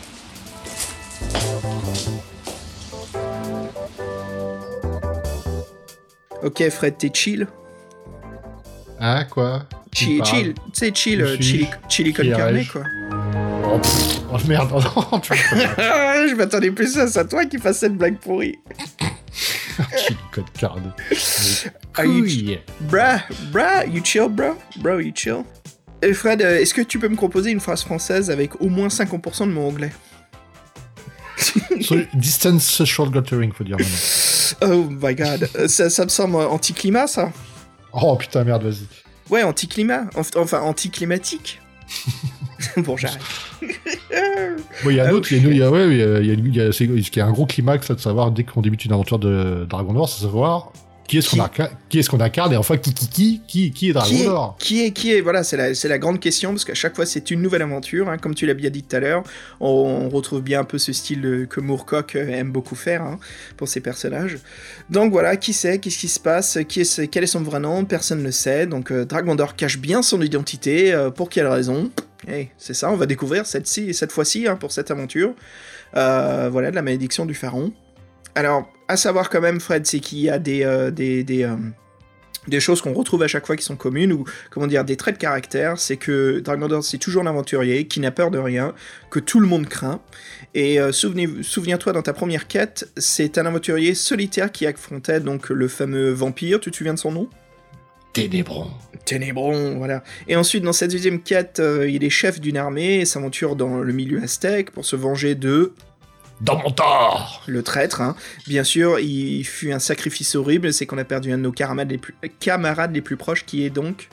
Ok, Fred, t'es chill? Hein, quoi? Chill, chill, tu sais, chill, euh, chili, chili con carne, quoi. Oh, pff, oh merde, non, tu Je m'attendais plus à ça, toi qui fasses cette blague pourrie. Chili con carne. Are you ch- Bruh, bruh, you chill, bro? Bro, you chill? Et Fred, euh, est-ce que tu peux me composer une phrase française avec au moins cinquante pour cent de mon anglais? So, distance social guttering, faut dire maintenant. Oh my god, ça, ça me semble anti-climat, ça? Oh putain, merde, vas-y. Ouais, anti-climat, enfin anti-climatique. Bon, j'arrête. Bon, il y a un Ah, autre, il y a, il y a, ouais, il y a, il y a, il y a, c'est, il y a un gros climax là, de savoir dès qu'on débute une aventure de Dragon Lore, c'est savoir qui est-ce qu'on incarne, qui est-ce qu'on incarne et enfin qui qui qui qui, qui est Dragon Lore. Qui est qui est voilà, c'est la c'est la grande question parce qu'à chaque fois c'est une nouvelle aventure, hein, comme tu l'as bien dit tout à l'heure. On, on retrouve bien un peu ce style que Moorcock aime beaucoup faire hein, pour ses personnages. Donc voilà, qui c'est, qu'est-ce qui se passe, qui est, quel est son vrai nom, personne ne sait. Donc euh, Dragon Lore cache bien son identité. Euh, pour quelle raison? Hey, c'est ça, on va découvrir cette-ci, cette fois-ci hein, pour cette aventure. Euh, voilà, de la malédiction du pharaon. Alors, à savoir quand même, Fred, c'est qu'il y a des, euh, des, des, euh, des choses qu'on retrouve à chaque fois qui sont communes, ou comment dire, des traits de caractère, c'est que Dragon Lore, c'est toujours l'aventurier qui n'a peur de rien, que tout le monde craint. Et euh, souvenez, souviens-toi, dans ta première quête, c'est un aventurier solitaire qui affrontait donc le fameux vampire, tu te souviens de son nom ? Ténébron. Ténébron, voilà. Et ensuite, dans cette deuxième quête, euh, il est chef d'une armée et s'aventure dans le milieu aztèque pour se venger de... Damantar, le traître, hein. Bien sûr, il fut un sacrifice horrible, c'est qu'on a perdu un de nos camarades les plus, camarades les plus proches, qui est donc...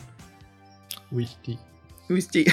Whisky. Whisky.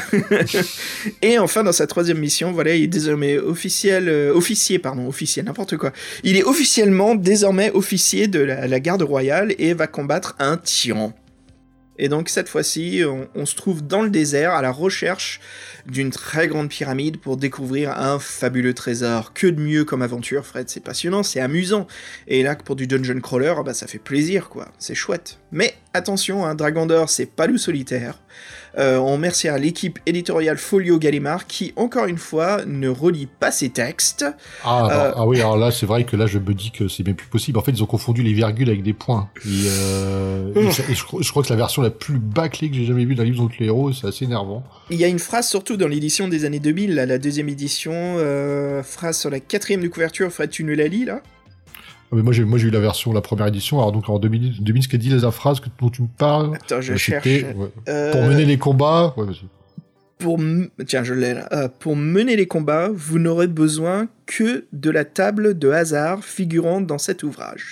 Et enfin, dans sa troisième mission, voilà, il est désormais officiel, euh, officier, pardon, officiel, n'importe quoi. Il est officiellement désormais officier de la, la garde royale et va combattre un tyran. Et donc cette fois-ci, on, on se trouve dans le désert à la recherche d'une très grande pyramide pour découvrir un fabuleux trésor. Que de mieux comme aventure, Fred, c'est passionnant, c'est amusant. Et là, pour du dungeon crawler, bah, ça fait plaisir, quoi. C'est chouette. Mais attention, hein, Dragon Lore, c'est pas loup solitaire. Euh, on remercie à l'équipe éditoriale Folio Gallimard qui, encore une fois, ne relit pas ses textes. Ah, Euh, alors, ah oui, alors là, c'est vrai que là, je me dis que c'est même plus possible. En fait, ils ont confondu les virgules avec des points. Et, euh, et je, et je crois- je crois que c'est la version la plus bâclée que j'ai jamais vue d'un livre contre les héros, c'est assez énervant. Il y a une phrase, surtout dans l'édition des années deux mille, là, la deuxième édition, euh, phrase sur la quatrième de couverture, Fred, tu ne la lis, là ? Ah, mais moi, j'ai, moi, j'ai eu la version, la première édition. Alors, donc, en deux mille, deux mille ce qu'a dit la phrase que, dont tu me parles. Attends, je euh, cherche. c'était, ouais, Euh, pour mener les combats. Ouais, vas-y. Pour m- Tiens, je l'ai là. Euh, pour mener les combats, vous n'aurez besoin que de la table de hasard figurant dans cet ouvrage.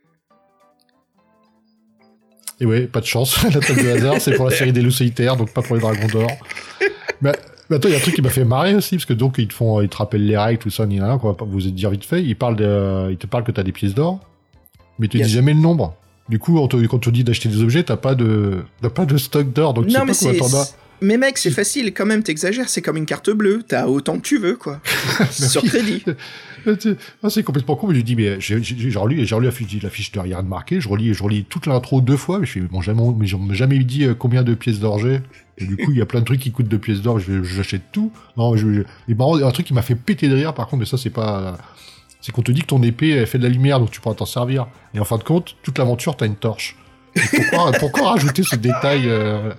Et ouais, pas de chance. La table de hasard, c'est pour la série des loups solitaires, donc pas pour les dragons d'or. Mais, mais attends, il y a un truc qui m'a fait marrer aussi, parce que donc, ils te font, ils te rappellent les règles, tout ça, ni rien, quoi. Vous êtes dire vite fait. Ils parlent de, ils te parlent que t'as des pièces d'or, mais ils te Yes. disent jamais le nombre. Du coup, on te, quand on te dit d'acheter des objets, t'as pas de, t'as pas de stock d'or, donc tu sais Non, mais pas combien c'est... t'en as. Mais mec, c'est facile, quand même, t'exagères, c'est comme une carte bleue, t'as autant que tu veux, quoi. Sur crédit. Ah, c'est complètement con, mais je lui dis, mais j'ai, j'ai, j'ai relu, j'ai relu la fiche, la fiche de rien de marqué, je relis, je relis toute l'intro deux fois, mais je fais, bon, jamais, mais j'en ai jamais dit euh, combien de pièces d'or j'ai. Et du coup, il y a plein de trucs qui coûtent deux pièces d'or, je vais, j'achète tout. Non, je, je, et marrant, un truc qui m'a fait péter de rire, par contre, mais ça, c'est pas, c'est qu'on te dit que ton épée, elle fait de la lumière, donc tu pourras t'en servir. Et en fin de compte, toute l'aventure, t'as une torche. Et pourquoi, pourquoi rajouter ce détail, euh...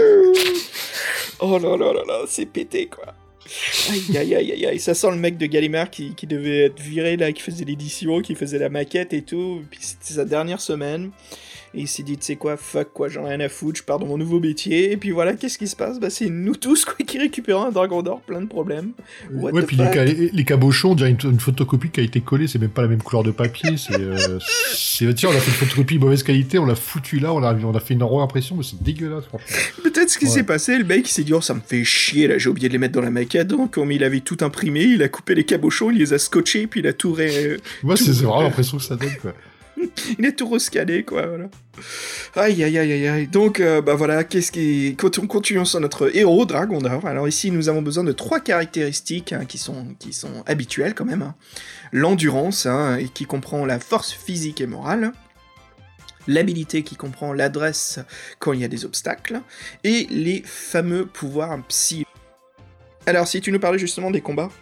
Oh là là là là, c'est pété, quoi. Aïe aïe aïe aïe aïe, ça sent le mec de Gallimard qui, qui devait être viré là, qui faisait l'édition, qui faisait la maquette et tout, puis c'était sa dernière semaine, et il s'est dit, tu sais quoi, fuck quoi, j'en ai rien à foutre, je pars dans mon nouveau métier, et puis voilà, qu'est-ce qui se passe? Bah c'est nous tous quoi qui récupérons un Dragon d'or, plein de problèmes. What Ouais, the puis fuck? les, ca- les cabochons, on dirait une, une photocopie qui a été collée, c'est même pas la même couleur de papier, c'est, euh, c'est, tiens, on a fait une photocopie de mauvaise qualité, on l'a foutu là, on a, on a fait une re-impression, mais c'est dégueulasse, franchement. Peut-être ce qui Ouais. s'est passé, le mec il s'est dit, oh ça me fait chier là, j'ai oublié de les mettre dans la maquette, donc comme il avait tout imprimé, il a coupé les cabochons, il les a scotchés, puis il a tout ré... Moi, Tout- c'est, c'est vraiment l'impression que ça donne, quoi. Il est tout rescané, quoi, voilà. Aïe, aïe, aïe, aïe, aïe. Donc, euh, bah voilà, qu'est-ce qui... Quand on continue sur notre héros, Dragon d'or. Alors ici, nous avons besoin de trois caractéristiques hein, qui, sont, qui sont habituelles, quand même. Hein. L'endurance, hein, et qui comprend la force physique et morale. L'habilité, qui comprend l'adresse quand il y a des obstacles. Et les fameux pouvoirs psy. Alors, si tu nous parlais justement des combats.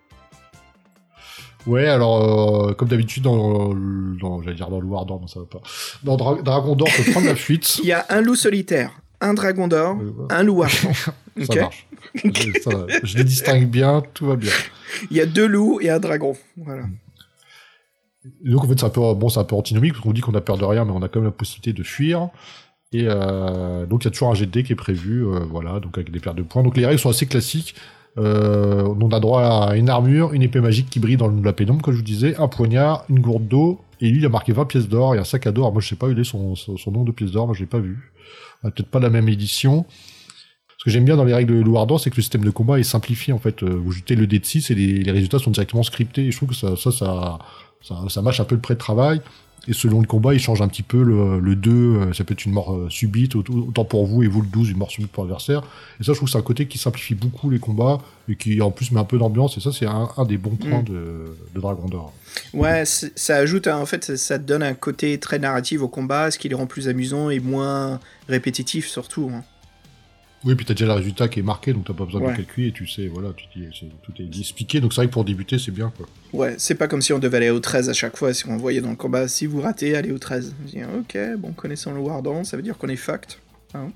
Ouais, alors, euh, comme d'habitude, dans, dans, j'allais dire dans le Wardor, non, ça va pas. Dans Dra- Dragon d'or, peut prendre la fuite. Il y a un loup solitaire, un Dragon d'or, Euh, ouais. un loup argent. Ça Ok. marche. Je, ça, je les distingue bien, tout va bien. Il y a deux loups et un dragon. Voilà. Et donc, en fait, c'est un peu, bon, c'est un peu antinomique, parce qu'on dit qu'on a peur de rien, mais on a quand même la possibilité de fuir. Et euh, donc, il y a toujours un jet de dés qui est prévu, euh, voilà, donc avec des paires de points. Donc, les règles sont assez classiques. Euh, on a droit à une armure, une épée magique qui brille dans la pénombre, comme je vous disais, un poignard, une gourde d'eau, et lui, il a marqué vingt pièces d'or et un sac à dos. Alors, moi, je sais pas, il est son, son, son nombre de pièces d'or, moi, je l'ai pas vu. On a peut-être pas la même édition. Ce que j'aime bien dans les règles de Loardan, c'est que le système de combat est simplifié, en fait. Vous jetez le dé de six et les, les résultats sont directement scriptés. Et je trouve que ça, ça, ça, ça, ça mâche un peu le pré-travail. Et selon le combat, il change un petit peu. Le, le deux, ça peut être une mort subite, autant pour vous, et vous, le douze, une mort subite pour l'adversaire. Et ça, je trouve que c'est un côté qui simplifie beaucoup les combats, et qui, en plus, met un peu d'ambiance. Et ça, c'est un, un des bons points mmh. de, de Dragon d'Or. Ouais, ça ajoute, en fait, ça donne un côté très narratif au combat, ce qui les rend plus amusants et moins répétitifs, surtout. Hein. Oui, puis t'as déjà le résultat qui est marqué, donc t'as pas besoin ouais. de calculer, et tu sais, voilà, tu dis, c'est, tout est expliqué, donc c'est vrai que pour débuter, c'est bien, quoi. Ouais, c'est pas comme si on devait aller au treize à chaque fois, si on voyait dans le combat, si vous ratez, allez au treize. Je dis, ok, bon, connaissant le Loardan, ça veut dire qu'on est fucked. Hein.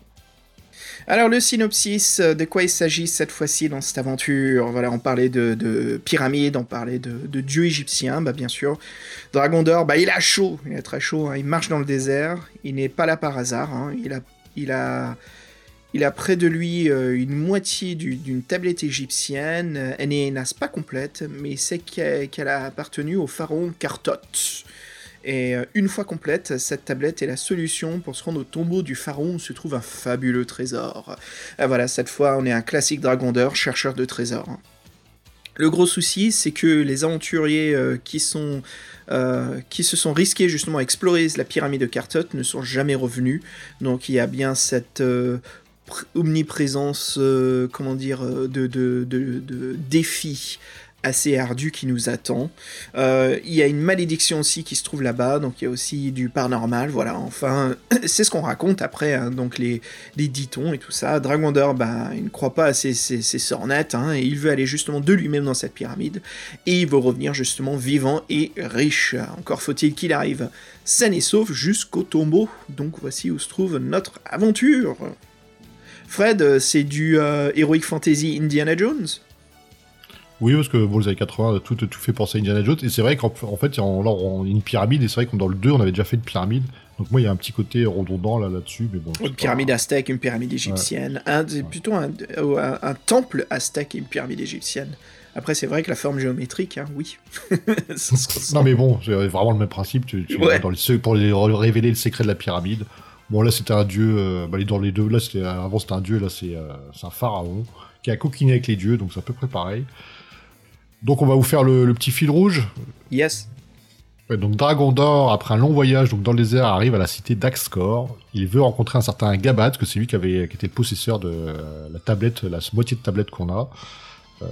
Alors, le synopsis, de quoi il s'agit cette fois-ci dans cette aventure? Voilà, on parlait de, de pyramides, on parlait de, de dieux égyptiens, bah bien sûr. Dragon d'Or, bah il a chaud, il a très chaud, hein. Il marche dans le désert, il n'est pas là par hasard, hein. il a... Il a Il a près de lui euh, une moitié du, d'une tablette égyptienne. Elle n'est hélas pas complète, mais c'est qu'elle, qu'elle a appartenu au pharaon Kartot. Et euh, une fois complète, cette tablette est la solution pour se rendre au tombeau du pharaon où se trouve un fabuleux trésor. Et voilà, cette fois, on est un classique Dragon d'Or, chercheur de trésors. Le gros souci, c'est que les aventuriers euh, qui sont... Euh, qui se sont risqués justement à explorer la pyramide de Kartot ne sont jamais revenus. Donc il y a bien cette... Euh, omniprésence, euh, comment dire, de, de, de, de défi assez ardu qui nous attend. Euh, il y a une malédiction aussi qui se trouve là-bas, donc il y a aussi du paranormal, voilà, enfin, c'est ce qu'on raconte après, hein, donc les, les ditons et tout ça. Dragon d'Or, bah, il ne croit pas à ses, ses, ses sornettes, hein, et il veut aller justement de lui-même dans cette pyramide, et il veut revenir justement vivant et riche. Encore faut-il qu'il arrive sain et sauf jusqu'au tombeau, donc voici où se trouve notre aventure. Fred, c'est du euh, Heroic Fantasy Indiana Jones? Oui, parce que bon, les années quatre-vingts, tout, tout fait penser à Indiana Jones, et c'est vrai qu'en en fait, il y a, là, on, une pyramide, et c'est vrai que dans le deux, on avait déjà fait une pyramide, donc moi, il y a un petit côté redondant là, là-dessus, mais bon... Une pyramide pas... aztèque, une pyramide égyptienne, ouais. un, ouais. plutôt un, un, un temple aztèque et une pyramide égyptienne. Après, c'est vrai que la forme géométrique, hein, oui. Non, mais bon, c'est vraiment le même principe, tu, tu ouais. dans les, pour les, révéler le secret de la pyramide. Bon, là, c'était un dieu, euh, bah, dans les deux, là, c'était, avant, c'était un dieu, là, c'est, euh, c'est un pharaon, qui a coquiné avec les dieux, donc c'est à peu près pareil. Donc, on va vous faire le, le petit fil rouge. Yes. Ouais, donc, Dragon d'Or, après un long voyage, donc, dans le désert, arrive à la cité d'Axcor. Il veut rencontrer un certain Gabad, que c'est lui qui avait, qui était le possesseur de euh, la tablette, la moitié de tablette qu'on a. Euh,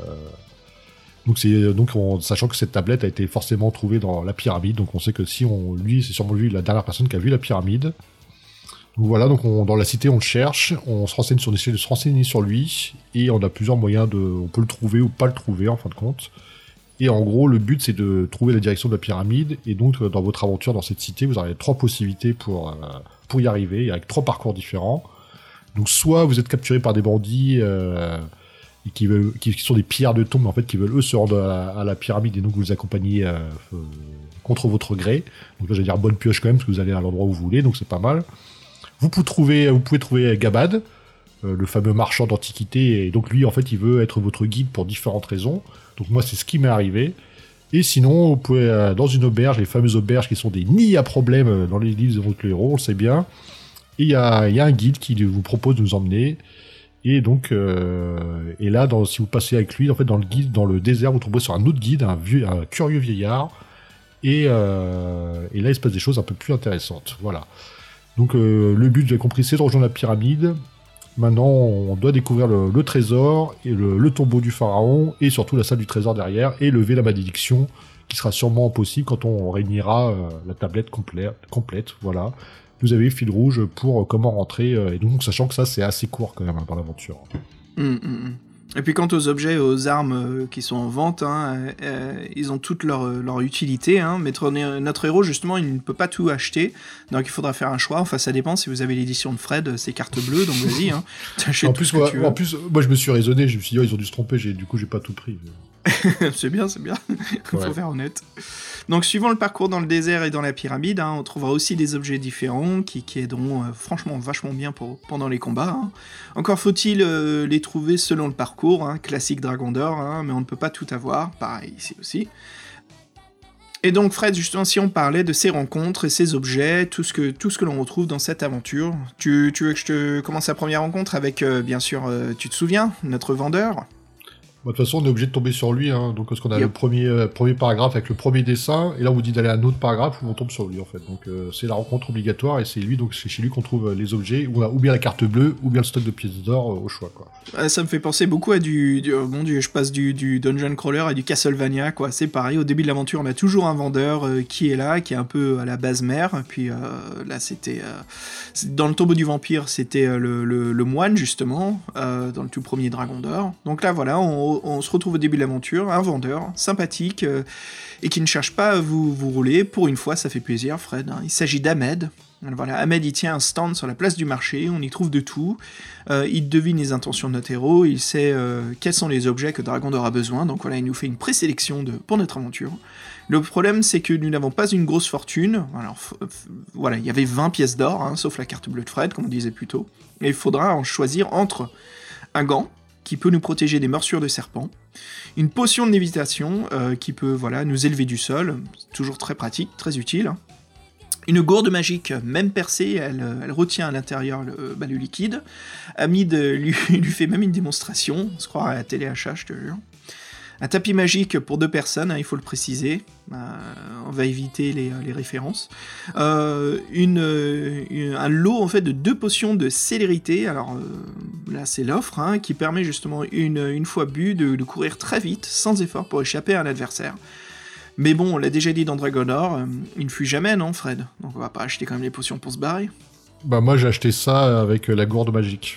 donc, c'est, donc, on, sachant que cette tablette a été forcément trouvée dans la pyramide, donc on sait que si on, lui, c'est sûrement lui la dernière personne qui a vu la pyramide. Donc voilà, donc on, dans la cité, on le cherche, on se renseigne sur, on essaie de se renseigner sur lui, et on a plusieurs moyens de, on peut le trouver ou pas le trouver en fin de compte. Et en gros, le but c'est de trouver la direction de la pyramide, et donc dans votre aventure dans cette cité, vous aurez trois possibilités pour euh, pour y arriver, avec trois parcours différents. Donc soit vous êtes capturé par des bandits euh, et qui veulent, qui, qui sont des pillards de tombes, en fait, qui veulent eux se rendre à la, à la pyramide, et donc vous accompagnez euh, euh, contre votre gré. Donc là, j'allais dire bonne pioche quand même, parce que vous allez à l'endroit où vous voulez, donc c'est pas mal. Vous pouvez trouver, vous pouvez trouver Gabad, euh, le fameux marchand d'antiquités, et donc lui, en fait, il veut être votre guide pour différentes raisons. Donc moi, c'est ce qui m'est arrivé. Et sinon, vous pouvez, euh, dans une auberge, les fameuses auberges qui sont des nids à problèmes euh, dans les livres de votre héros, on le sait bien. Et il y a, y a un guide qui vous propose de nous emmener. Et donc, euh, et là, dans, si vous passez avec lui, en fait, dans le guide, dans le désert, vous trouverez sur un autre guide, un, vieux, un curieux vieillard. Et, euh, et là, il se passe des choses un peu plus intéressantes. Voilà. Donc euh, le but, j'ai compris, c'est de rejoindre la pyramide. Maintenant, on doit découvrir le, le trésor, et le, le tombeau du pharaon, et surtout la salle du trésor derrière, et lever la malédiction, qui sera sûrement possible quand on réunira euh, la tablette complète, complète. Voilà. Vous avez le fil rouge pour euh, comment rentrer, euh, et donc sachant que ça, c'est assez court quand même hein, dans l'aventure. Mmh, mmh. Et puis quant aux objets, aux armes euh, qui sont en vente, hein, euh, ils ont toutes leur, leur utilité. Hein. Notre, notre héros, justement, il ne peut pas tout acheter, donc il faudra faire un choix. Enfin, ça dépend, si vous avez l'édition de Fred, c'est carte bleue, donc vas-y, hein, t'achètes en tout plus, ce que moi, tu veux. En plus, moi je me suis raisonné, je me suis dit, oh, ils ont dû se tromper, j'ai, du coup j'ai pas tout pris. C'est bien, c'est bien, faut ouais. faire honnête. Donc suivant le parcours dans le désert et dans la pyramide, hein, on trouvera aussi des objets différents qui, qui aideront euh, franchement vachement bien pour, pendant les combats. Hein. Encore faut-il euh, les trouver selon le parcours, hein, classique Dragon d'Or, hein, mais on ne peut pas tout avoir, pareil ici aussi. Et donc Fred, justement, si on parlait de ces rencontres et ces objets, tout ce que, tout ce que l'on retrouve dans cette aventure, tu, tu veux que je te commence la première rencontre avec, euh, bien sûr, euh, tu te souviens, notre vendeur ? Bah, de toute façon, on est obligé de tomber sur lui, hein, donc parce qu'on a Yep. le premier, euh, premier paragraphe avec le premier dessin, et là on vous dit d'aller à un autre paragraphe où on tombe sur lui en fait. Donc euh, c'est la rencontre obligatoire, et c'est lui, donc c'est chez lui qu'on trouve euh, les objets, où on a ou bien la carte bleue, ou bien le stock de pièces d'or euh, au choix, quoi. Ah, ça me fait penser beaucoup à du, du oh mon dieu, je passe du, du Dungeon Crawler à du Castlevania, quoi. C'est pareil, au début de l'aventure, on a toujours un vendeur euh, qui est là, qui est un peu à la base mère, et puis euh, là c'était... Euh, c'est- dans le tombeau du vampire, c'était euh, le, le, le moine, justement, euh, dans le tout premier Dragon d'Or. Donc là, voilà, on, on se retrouve au début de l'aventure, un vendeur sympathique, euh, et qui ne cherche pas à vous, vous rouler. Pour une fois, ça fait plaisir, Fred. Hein. Il s'agit d'Ahmed. Voilà, Ahmed, il tient un stand sur la place du marché, on y trouve de tout. Euh, il devine les intentions de notre héros, il sait euh, quels sont les objets que Dragon d'Or a besoin, donc voilà, il nous fait une présélection de, pour notre aventure. Le problème, c'est que nous n'avons pas une grosse fortune. Alors, f- f- voilà, il y avait vingt pièces d'or, hein, sauf la carte bleue de Fred, comme on disait plus tôt. Et il faudra en choisir entre un gant, qui peut nous protéger des morsures de serpents, une potion de lévitation, euh, qui peut voilà, nous élever du sol, c'est toujours très pratique, très utile, hein. Une gourde magique, même percée, elle, elle retient à l'intérieur le, bah, le liquide. Hamid lui, lui fait même une démonstration, on se croirait à la téléachat, je te jure. Un tapis magique pour deux personnes, hein, il faut le préciser. Euh, on va éviter les, les références. Euh, une, une- un lot en fait de deux potions de célérité. Alors euh, là, c'est l'offre hein, qui permet justement une, une fois bu de, de courir très vite, sans effort, pour échapper à un adversaire. Mais bon, on l'a déjà dit dans Dragon d'Or, euh, il ne fuit jamais, non, Fred ? Donc on va pas acheter quand même les potions pour se barrer. Bah moi j'ai acheté ça avec euh, la gourde magique.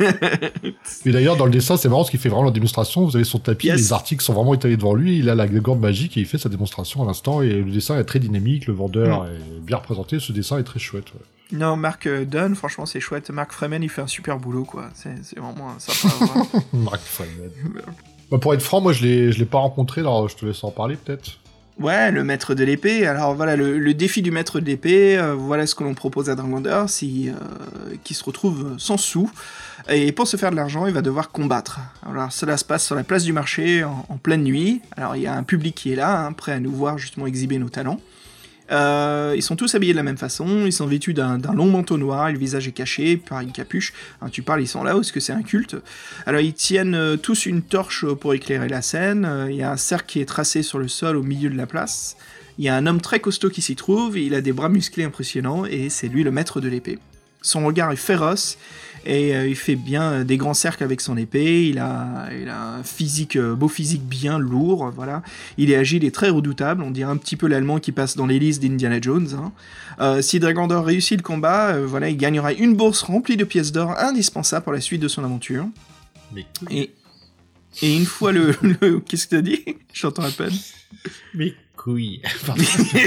Et d'ailleurs dans le dessin c'est marrant parce qu'il fait vraiment la démonstration, vous avez son tapis, Yes. les articles sont vraiment étalés devant lui, il a la gourde magique et il fait sa démonstration à l'instant et le dessin est très dynamique, le vendeur Mm. est bien représenté, ce dessin est très chouette. Ouais. Non, Mark euh, Dunn, franchement, c'est chouette. Mark Freeman, il fait un super boulot, quoi. C'est, c'est vraiment un sympa. à voir. Mark Freeman. Bah, pour être franc, moi je l'ai je l'ai pas rencontré, alors je te laisse en parler peut-être. Ouais, le maître de l'épée. Alors voilà, le, le défi du maître de l'épée, euh, voilà ce que l'on propose à Dragon d'Or, si, euh, qui se retrouve sans sous. Et pour se faire de l'argent, il va devoir combattre. Alors cela se passe sur la place du marché en, en pleine nuit. Alors il y a un public qui est là, hein, prêt à nous voir justement exhiber nos talents. Euh, ils sont tous habillés de la même façon, ils sont vêtus d'un, d'un long manteau noir, le visage est caché par une capuche. Hein, tu parles, ils sont là, ou est-ce que c'est un culte ? Alors ils tiennent euh, tous une torche pour éclairer la scène, euh, il y a un cercle qui est tracé sur le sol au milieu de la place, il y a un homme très costaud qui s'y trouve, il a des bras musclés impressionnants, et c'est lui le maître de l'épée. Son regard est féroce, et euh, il fait bien euh, des grands cercles avec son épée, il a, il a un physique, euh, beau physique bien lourd, voilà. Il est agile et très redoutable, on dirait un petit peu l'allemand qui passe dans les listes d'Indiana Jones. Hein. Euh, si Dragon d'Or réussit le combat, euh, voilà, il gagnera une bourse remplie de pièces d'or indispensables pour la suite de son aventure. Mais, Et, et une fois le... le- Qu'est-ce que t'as dit ? J'entends à peine. mais couilles. Pardon.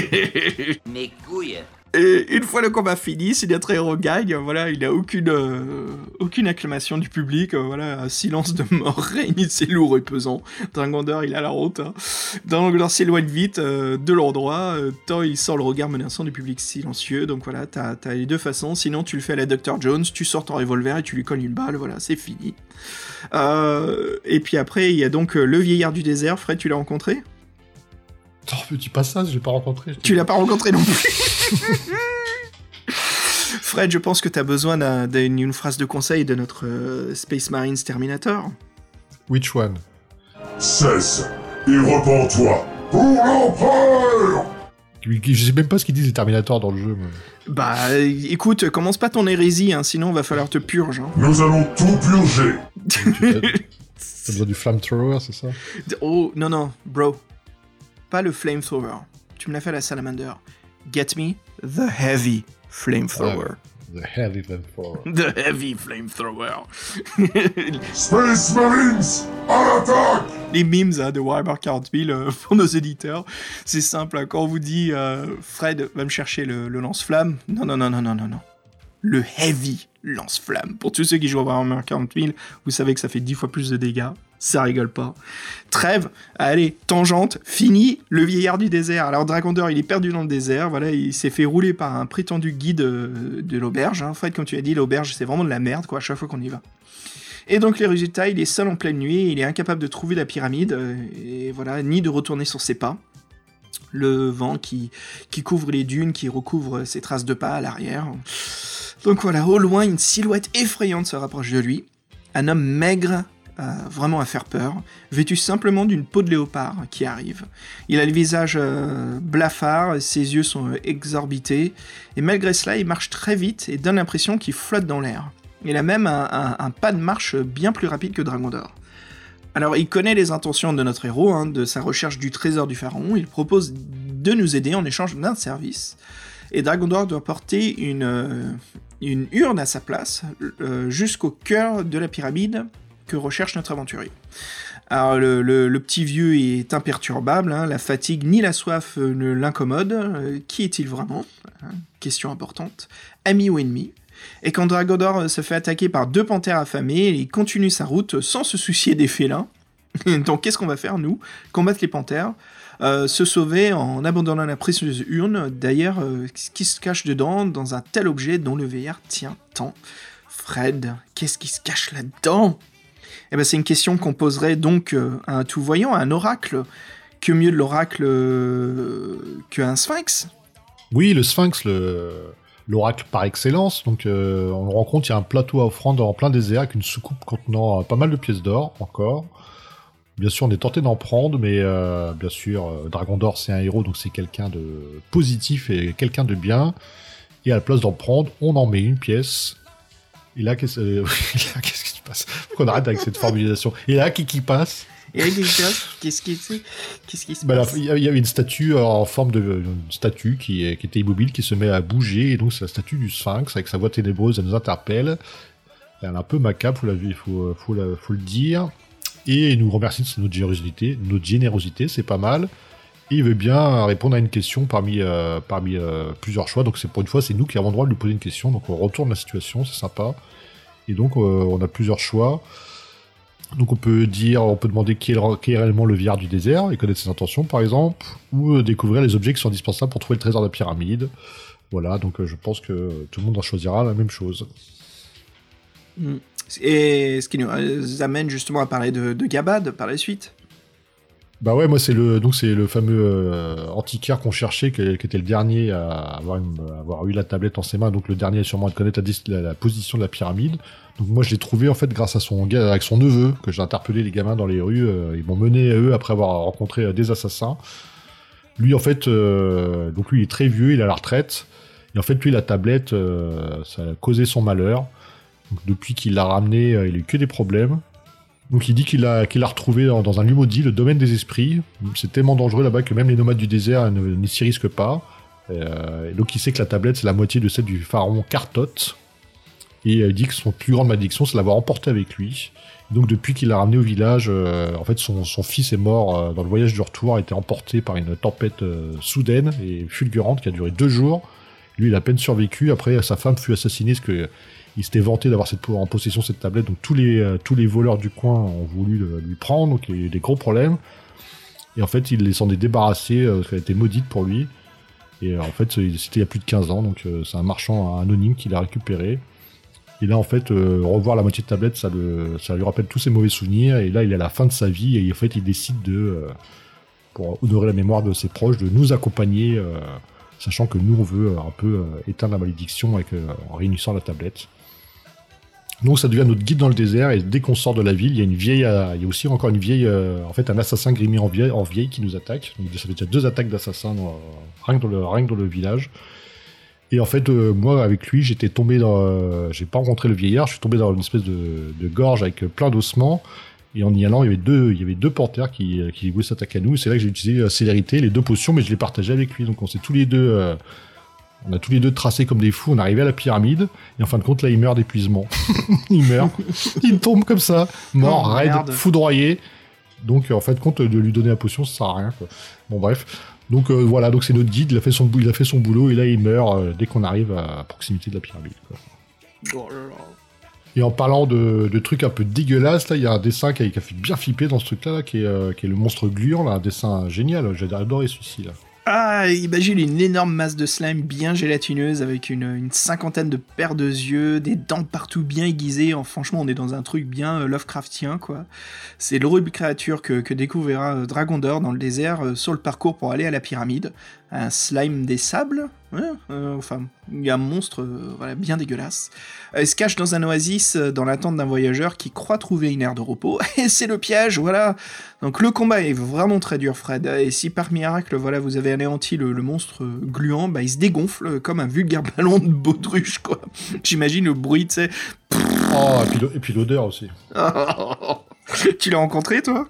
Mes couilles. Et une fois le combat fini, si notre héros gagne, voilà, il n'a aucune, euh, aucune acclamation du public, euh, voilà, un silence de mort règne, c'est lourd et pesant. Dragon d'Or, il a la honte. Hein. Dragon d'Or s'éloigne vite euh, de l'endroit, euh, tant il sent le regard menaçant du public silencieux, donc voilà, t'as, t'as les deux façons, sinon tu le fais à la docteur Jones, tu sors ton revolver et tu lui colles une balle, voilà, c'est fini. Euh, et puis après, il y a donc euh, le vieillard du désert, Fred, tu l'as rencontré ? Oh, petit passage, j'ai pas rencontré. je te Tu dis. l'as pas rencontré non plus. Fred, je pense que t'as besoin d'un- d'une une phrase de conseil de notre euh, Space Marines Terminator. Which one? Cesse et repens-toi pour l'Empereur. Je sais même pas ce qu'ils disent les Terminators dans le jeu. Mais... Bah, euh, écoute, commence pas ton hérésie, hein, sinon va falloir te purger. Hein. Nous allons tout purger. T'as besoin du flamethrower, c'est ça? Oh, non, non, bro. Pas le flamethrower. Tu me l'as fait à la salamander. Get me the heavy flamethrower. The heavy flamethrower. The heavy flamethrower. Space Marines, à l'attaque. Les memes hein, de Warhammer quarante mille euh, pour nos éditeurs. C'est simple, hein, quand on vous dit euh, Fred va me chercher le, le lance-flamme, non, non, non, non, non, non, non. Le heavy lance-flamme. Pour tous ceux qui jouent à Warhammer quarante mille, vous savez que ça fait dix fois plus de dégâts. Ça rigole pas. Trêve, allez, tangente, fini, le vieillard du désert. Alors Dragon d'Or, il est perdu dans le désert, voilà, il s'est fait rouler par un prétendu guide euh, de l'auberge. Hein. Fred, comme tu as dit, l'auberge, c'est vraiment de la merde, quoi, à chaque fois qu'on y va. Et donc, les résultats, il est seul en pleine nuit, il est incapable de trouver la pyramide, euh, et voilà, ni de retourner sur ses pas. Le vent qui, qui couvre les dunes, qui recouvre ses traces de pas à l'arrière. Donc voilà, au loin, une silhouette effrayante se rapproche de lui. Un homme maigre, euh, vraiment à faire peur, vêtu simplement d'une peau de léopard qui arrive. Il a le visage euh, blafard, ses yeux sont euh, exorbités, et malgré cela, il marche très vite et donne l'impression qu'il flotte dans l'air. Il a même un, un, un pas de marche bien plus rapide que Dragondor. Alors, il connaît les intentions de notre héros, hein, de sa recherche du trésor du pharaon. Il propose de nous aider en échange d'un service. Et Dragondor doit porter une, euh, une urne à sa place, euh, jusqu'au cœur de la pyramide que recherche notre aventurier. Alors, le, le, le petit vieux est imperturbable, hein, la fatigue ni la soif ne l'incommodent. Euh, qui est-il vraiment ? hein, Question importante. Ami ou ennemi ? Et quand Dragondor se fait attaquer par deux panthères affamées, il continue sa route sans se soucier des félins. Donc qu'est-ce qu'on va faire, nous ? Combattre les panthères, euh, se sauver en abandonnant la précieuse urne, d'ailleurs, euh, qui se cache dedans, dans un tel objet dont le vieillard tient tant. Fred, qu'est-ce qui se cache là-dedans ? Eh ben, c'est une question qu'on poserait donc euh, à un tout-voyant, à un oracle. Que mieux de l'oracle euh, qu'un sphinx ? Oui, le sphinx, le... l'oracle par excellence. Donc, euh, on le rencontre, il y a un plateau à offrande en plein désert avec une soucoupe contenant euh, pas mal de pièces d'or, encore. Bien sûr, on est tenté d'en prendre, mais euh, bien sûr, euh, Dragondor, c'est un héros, donc c'est quelqu'un de positif et quelqu'un de bien. Et à la place d'en prendre, on en met une pièce. Et là, qu'est-ce, euh, qu'est-ce qui se passe ? Pourquoi on arrête avec cette formalisation ? Et là, qui qui passe ? Et là, qu'est-ce qui, qu'est-ce qui se bah passe ? Il y, y avait une statue en forme de une statue qui, qui était immobile, qui se met à bouger, et donc c'est la statue du Sphinx avec sa voix ténébreuse, elle nous interpelle. Elle est un peu macabre, il faut, faut, faut, faut le dire. Et il nous remercie de notre générosité, notre générosité, c'est pas mal. Et il veut bien répondre à une question parmi, euh, parmi euh, plusieurs choix. Donc c'est pour une fois, c'est nous qui avons le droit de lui poser une question. Donc on retourne la situation, c'est sympa. Et donc euh, on a plusieurs choix. Donc on peut dire, on peut demander qui est, le, qui est réellement le vieillard du désert et connaître ses intentions par exemple, ou euh, découvrir les objets qui sont indispensables pour trouver le trésor de la pyramide. Voilà, donc euh, je pense que tout le monde en choisira la même chose. Mm. Et ce qui nous amène justement à parler de, de Gabad par la suite. Bah ouais, moi c'est le donc c'est le fameux euh, antiquaire qu'on cherchait, qui, qui était le dernier à avoir, une, à avoir eu la tablette en ses mains, donc le dernier sûrement à connaître la, la, la position de la pyramide. Donc moi je l'ai trouvé en fait grâce à son gars, avec son neveu, que j'ai interpellé les gamins dans les rues, euh, ils m'ont mené à eux après avoir rencontré euh, des assassins. Lui en fait, euh, donc lui il est très vieux, il est à la retraite, et en fait lui la tablette, euh, ça a causé son malheur. Donc, depuis qu'il l'a ramené, euh, il a eu que des problèmes. Donc il dit qu'il l'a qu'il l'a retrouvé dans, dans un lieu maudit, le domaine des esprits. C'est tellement dangereux là-bas que même les nomades du désert ne, n'y s'y risquent pas. Euh, et donc il sait que la tablette c'est la moitié de celle du pharaon Kartot. Et euh, il dit que son plus grande malédiction c'est l'avoir emporté avec lui. Et donc depuis qu'il l'a ramené au village, euh, en fait son, son fils est mort euh, dans le voyage du retour, a été emporté par une tempête euh, soudaine et fulgurante qui a duré deux jours. Lui il a à peine survécu, après sa femme fut assassinée parce que il s'était vanté d'avoir cette, en possession de cette tablette, donc tous les, euh, tous les voleurs du coin ont voulu le, lui prendre, donc il y a eu des gros problèmes. Et en fait, il s'en est débarrassé, euh, parce qu'elle était maudite pour lui. Et euh, en fait, c'était il y a plus de quinze ans, donc euh, c'est un marchand anonyme qui l'a récupéré. Et là, en fait, euh, revoir la moitié de tablette, ça, le, ça lui rappelle tous ses mauvais souvenirs. Et là, il est à la fin de sa vie, et en fait, il décide de, euh, pour honorer la mémoire de ses proches, de nous accompagner, euh, sachant que nous, on veut un peu euh, éteindre la malédiction avec, euh, en réunissant la tablette. Donc ça devient notre guide dans le désert, et dès qu'on sort de la ville, il y a une vieille, euh, il y a aussi encore une vieille, euh, en fait un assassin grimé en vieille, en vieille qui nous attaque. Donc ça fait déjà deux attaques d'assassins dans, euh, rien, que dans le, rien que dans le village. Et en fait, euh, moi avec lui, j'étais tombé dans, euh, j'ai pas rencontré le vieillard, je suis tombé dans une espèce de, de gorge avec plein d'ossements. Et en y allant, il y avait deux, il y avait deux panthères qui, qui voulaient s'attaquer à nous. Et c'est là que j'ai utilisé la célérité, les deux potions, mais je les partageais avec lui. Donc on s'est tous les deux, euh, on a tous les deux tracé comme des fous. On est arrivé à la pyramide. Et en fin de compte, là, il meurt d'épuisement. il meurt. Il tombe comme ça, mort, oh, raide, merde. foudroyé. Donc en fin de compte, de lui donner la potion, ça sert à rien, quoi. Bon bref. Donc euh, voilà, donc c'est notre guide. Il a fait son, il a fait son boulot et là il meurt euh, dès qu'on arrive à proximité de la pyramide, quoi. Oh là là. Et en parlant de, de trucs un peu dégueulasses, là, il y a un dessin qui a, qui a fait bien flipper dans ce truc-là, là, qui, est, euh, qui est le monstre gluant, là, un dessin génial. J'ai adoré celui-ci, là. Ah, imagine une énorme masse de slime bien gélatineuse avec une, une cinquantaine de paires de yeux, des dents partout bien aiguisées. En, franchement, on est dans un truc bien euh, Lovecraftien, quoi. C'est l'horrible créature que, que découvrira euh, Dragondor dans le désert euh, sur le parcours pour aller à la pyramide. Un slime des sables, ouais, euh, enfin, il y a un monstre euh, voilà, bien dégueulasse. Euh, il se cache dans un oasis euh, dans l'attente d'un voyageur qui croit trouver une aire de repos, et c'est le piège, voilà. Donc le combat est vraiment très dur, Fred, et si par miracle, voilà, vous avez anéanti le, le monstre euh, gluant, bah il se dégonfle comme un vulgaire ballon de baudruche, quoi. J'imagine le bruit, tu sais. Oh, et puis, le- et puis l'odeur aussi. Tu l'as rencontré, toi?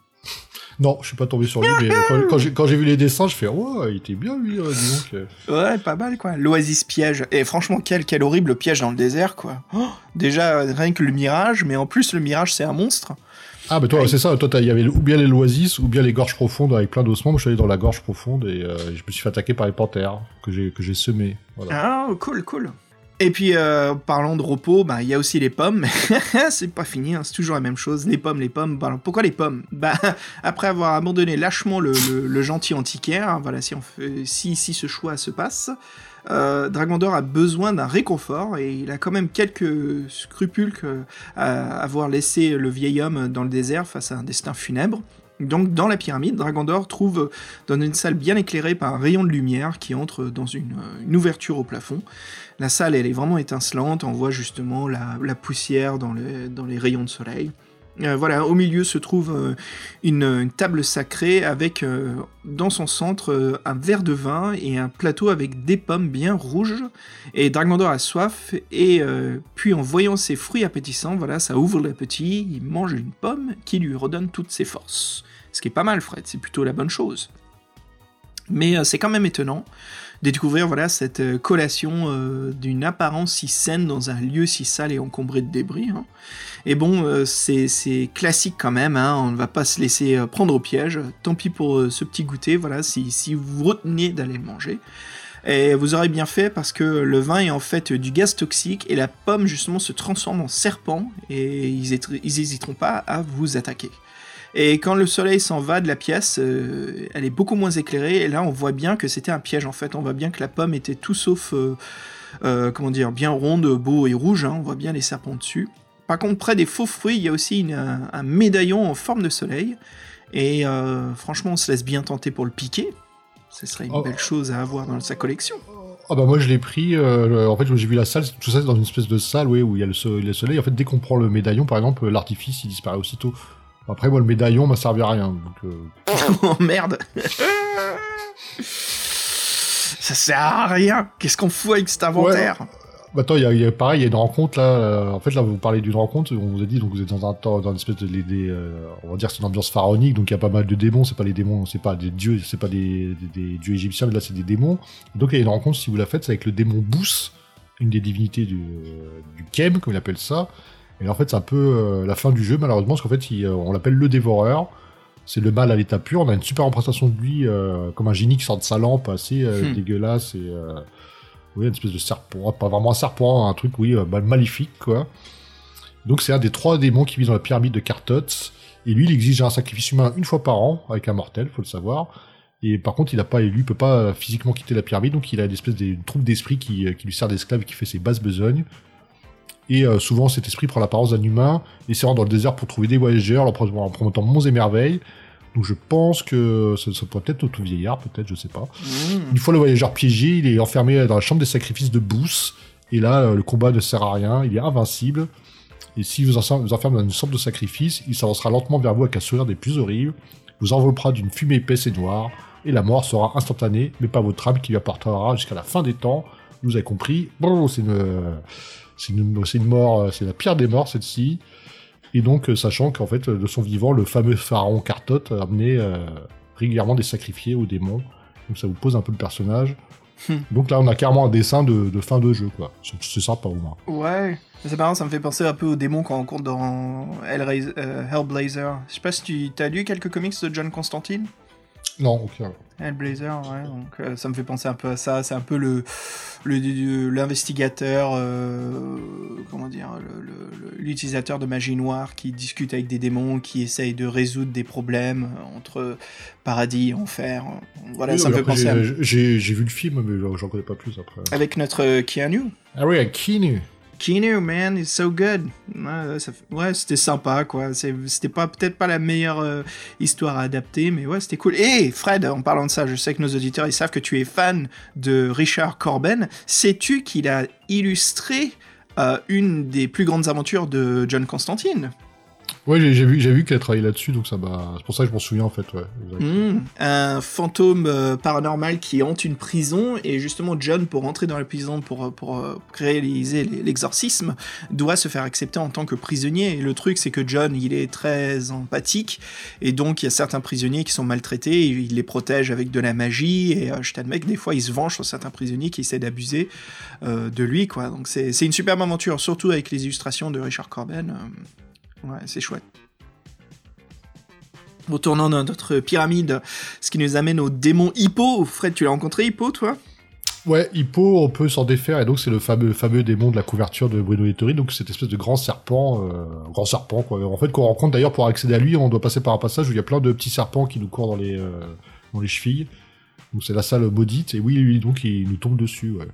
Non, je suis pas tombé sur lui, mais quand, quand j'ai, quand j'ai vu les dessins, je fais oh, il était bien lui, euh, dis donc. Ouais, pas mal, quoi. L'oasis piège. Et franchement, quel, quel horrible piège dans le désert, quoi. Oh, déjà, rien que le mirage, mais en plus, le mirage, c'est un monstre. Ah, bah toi, c'est ça, toi, il y avait ou bien les l'oasis, ou bien les gorges profondes avec plein d'ossements. Moi, je suis allé dans la gorge profonde et euh, je me suis fait attaquer par les panthères que j'ai, que j'ai semées. Voilà. Ah, cool, cool. Et puis, euh, parlant de repos, bah, il y a aussi les pommes. C'est pas fini, hein, c'est toujours la même chose. Les pommes, les pommes. Bah, alors, pourquoi les pommes? Bah, après avoir abandonné lâchement le, le, le gentil antiquaire, hein, voilà, si, on fait, si, si ce choix se passe, euh, Dragondor a besoin d'un réconfort et il a quand même quelques scrupules que, à avoir laissé le vieil homme dans le désert face à un destin funèbre. Donc, dans la pyramide, Dragondor trouve dans une salle bien éclairée par un rayon de lumière qui entre dans une, une ouverture au plafond. La salle, elle est vraiment étincelante, on voit justement la, la poussière dans les, dans les rayons de soleil. Euh, voilà, au milieu se trouve euh, une, une table sacrée avec, euh, dans son centre, euh, un verre de vin et un plateau avec des pommes bien rouges. Et Dragondor a soif, et euh, puis en voyant ces fruits appétissants, voilà, ça ouvre l'appétit, il mange une pomme qui lui redonne toutes ses forces. Ce qui est pas mal, Fred, c'est plutôt la bonne chose. Mais euh, c'est quand même étonnant de découvrir voilà, cette euh, collation euh, d'une apparence si saine dans un lieu si sale et encombré de débris. Hein. Et bon, euh, c'est, c'est classique quand même, hein, on ne va pas se laisser euh, prendre au piège. Tant pis pour euh, ce petit goûter, voilà, si, si vous retenez d'aller le manger. Et vous aurez bien fait parce que le vin est en fait du gaz toxique et la pomme justement se transforme en serpent et ils, être, ils hésiteront pas à vous attaquer. Et quand le soleil s'en va de la pièce, euh, elle est beaucoup moins éclairée, et là on voit bien que c'était un piège en fait, on voit bien que la pomme était tout sauf, euh, euh, comment dire, bien ronde, beau et rouge, hein, on voit bien les serpents dessus. Par contre, près des faux fruits, il y a aussi une, un, un médaillon en forme de soleil, et euh, franchement on se laisse bien tenter pour le piquer, ce serait une oh. belle chose à avoir dans sa collection. Ah bah moi je l'ai pris, euh, en fait j'ai vu la salle, tout ça c'est dans une espèce de salle oui, où il y a le, so- le soleil, en fait dès qu'on prend le médaillon par exemple, l'artifice il disparaît aussitôt. Après, moi, le médaillon m'a servi à rien. Donc, euh... oh merde. Ça sert à rien. Qu'est-ce qu'on fout avec cet inventaire? Ouais. Bah, attends, il y a, y a pareil, il y a une rencontre là. Euh, en fait, là, vous parlez d'une rencontre. On vous a dit, donc vous êtes dans un temps, dans une espèce de, des, des, euh, on va dire, c'est une ambiance pharaonique. Donc il y a pas mal de démons. C'est pas les démons, c'est pas des dieux, c'est pas des, des, des dieux égyptiens, mais là c'est des démons. Donc il y a une rencontre, si vous la faites, c'est avec le démon Bous, une des divinités du, euh, du Kem, comme il appelle ça. Et en fait, c'est un peu euh, la fin du jeu, malheureusement, parce qu'en fait, il, euh, on l'appelle le dévoreur. C'est le mal à l'état pur. On a une super représentation de lui, euh, comme un génie qui sort de sa lampe, assez euh, hmm. dégueulasse. Et, euh, oui, une espèce de serpent. Pas vraiment un serpent, un truc, oui, euh, maléfique, quoi. Donc, c'est un des trois démons qui vit dans la pyramide de Kartots. Et lui, il exige un sacrifice humain une fois par an, avec un mortel, faut le savoir. Et par contre, il a pas, lui, il peut pas physiquement quitter la pyramide, donc il a une espèce de une troupe d'esprit qui, qui lui sert d'esclave et qui fait ses basses besognes. Et euh, souvent, cet esprit prend l'apparence d'un humain et se rend dans le désert pour trouver des voyageurs, en promettant monts et merveilles. Donc je pense que ça, ça pourrait peut-être au tout vieillard, peut-être, je sais pas. Mmh. Une fois le voyageur piégé, il est enfermé dans la chambre des sacrifices de Bous. Et là, euh, le combat ne sert à rien, il est invincible. Et si vous vous enfermez dans une sorte de sacrifice, il s'avancera lentement vers vous avec un sourire des plus horribles, vous enveloppera d'une fumée épaisse et noire, et la mort sera instantanée, mais pas votre âme qui lui apportera jusqu'à la fin des temps. Vous avez compris. Bon, c'est une... C'est une, c'est une mort, c'est la pire des morts, celle-ci. Et donc, sachant qu'en fait, de son vivant, le fameux pharaon Kartot a amené euh, régulièrement des sacrifiés aux démons. Donc ça vous pose un peu le personnage. Donc là, on a carrément un dessin de, de fin de jeu, quoi. C'est, c'est sympa au moins. Ouais. C'est marrant, ça me fait penser un peu aux démons qu'on rencontre dans Hellraiser, euh, Hellblazer. Je sais pas si tu as lu quelques comics de John Constantine. Non, ok. Hellblazer, ouais, donc euh, ça me fait penser un peu à ça. C'est un peu le, le, le l'investigateur, euh, comment dire, le, le, l'utilisateur de magie noire qui discute avec des démons, qui essaye de résoudre des problèmes entre paradis et enfer. Voilà, oui, ça me fait après, penser. J'ai, à... j'ai, j'ai vu le film, mais j'en connais pas plus après. Avec notre Keanu. Ah oui, avec Keanu. Keanu, man, it's so good. Ouais, ça fait... ouais c'était sympa, quoi. C'est... C'était pas, peut-être pas la meilleure euh, histoire à adapter, mais ouais, c'était cool. Et Fred, en parlant de ça, je sais que nos auditeurs, ils savent que tu es fan de Richard Corben. Sais-tu qu'il a illustré euh, une des plus grandes aventures de John Constantine ? Ouais, j'ai, j'ai vu, j'ai vu qu'elle a travaillé là-dessus, donc ça m'a... c'est pour ça que je m'en souviens, en fait, ouais. Mmh, un fantôme euh, paranormal qui hante une prison, et justement, John, pour rentrer dans la prison, pour, pour euh, réaliser l'exorcisme, doit se faire accepter en tant que prisonnier. Et le truc, c'est que John, il est très empathique, et donc il y a certains prisonniers qui sont maltraités, et il les protège avec de la magie, et euh, je t'admets que des fois, il se venge sur certains prisonniers qui essaient d'abuser euh, de lui, quoi. Donc c'est, c'est une superbe aventure, surtout avec les illustrations de Richard Corben. Euh... Ouais, c'est chouette. Retournons dans notre pyramide, ce qui nous amène au démon Hippo. Fred, tu l'as rencontré, Hippo, toi ? Ouais, Hippo, on peut s'en défaire, et donc c'est le fameux, fameux démon de la couverture de Bruno Lettori, donc cette espèce de grand serpent, euh, grand serpent, quoi. En fait, qu'on rencontre d'ailleurs pour accéder à lui, on doit passer par un passage où il y a plein de petits serpents qui nous courent dans les, euh, dans les chevilles. Donc c'est la salle maudite, et oui, lui, donc il nous tombe dessus, ouais.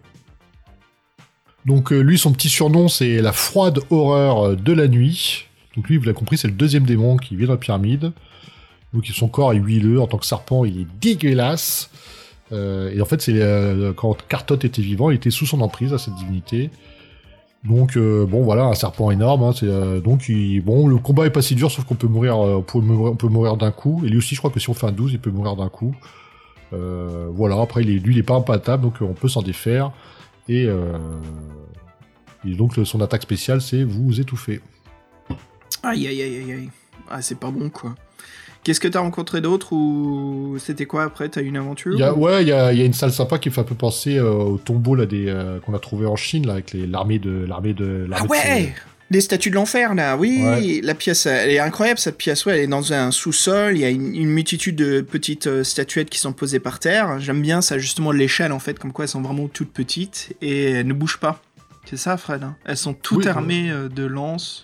Donc euh, lui, son petit surnom, c'est la froide horreur de la nuit. Donc lui, vous l'avez compris, c'est le deuxième démon qui vient dans la pyramide. Donc son corps est huileux, en tant que serpent, il est dégueulasse. Euh, et en fait, c'est euh, quand Cartot était vivant, il était sous son emprise à cette divinité. Donc euh, bon, voilà, un serpent énorme. Hein, c'est, euh, donc il, bon, le combat est pas si dur, sauf qu'on peut mourir, euh, on peut mourir, on peut mourir d'un coup. Et lui aussi, je crois que si on fait un douze, il peut mourir d'un coup. Euh, voilà. Après, il est, lui, il est pas impattable, donc on peut s'en défaire. Et, euh, et donc son attaque spéciale, c'est vous étouffer. Aïe, aïe, aïe, aïe, aïe. Ah, c'est pas bon, quoi. Qu'est-ce que t'as rencontré d'autre, ou c'était quoi après ? T'as eu une aventure il y a, ou... Ouais, il y a, il y a une salle sympa qui me fait un peu penser euh, au tombeau là, des, euh, qu'on a trouvé en Chine, là, avec les, l'armée de... L'armée de l'armée ah ouais de... Les statues de l'enfer, là, oui, ouais. La pièce, elle est incroyable, cette pièce, ouais, elle est dans un sous-sol, il y a une, une multitude de petites euh, statuettes qui sont posées par terre. J'aime bien ça, justement, l'échelle, en fait, comme quoi elles sont vraiment toutes petites, et elles ne bougent pas. C'est ça, Fred, hein. Elles sont toutes oui, armées ouais. euh, de lances.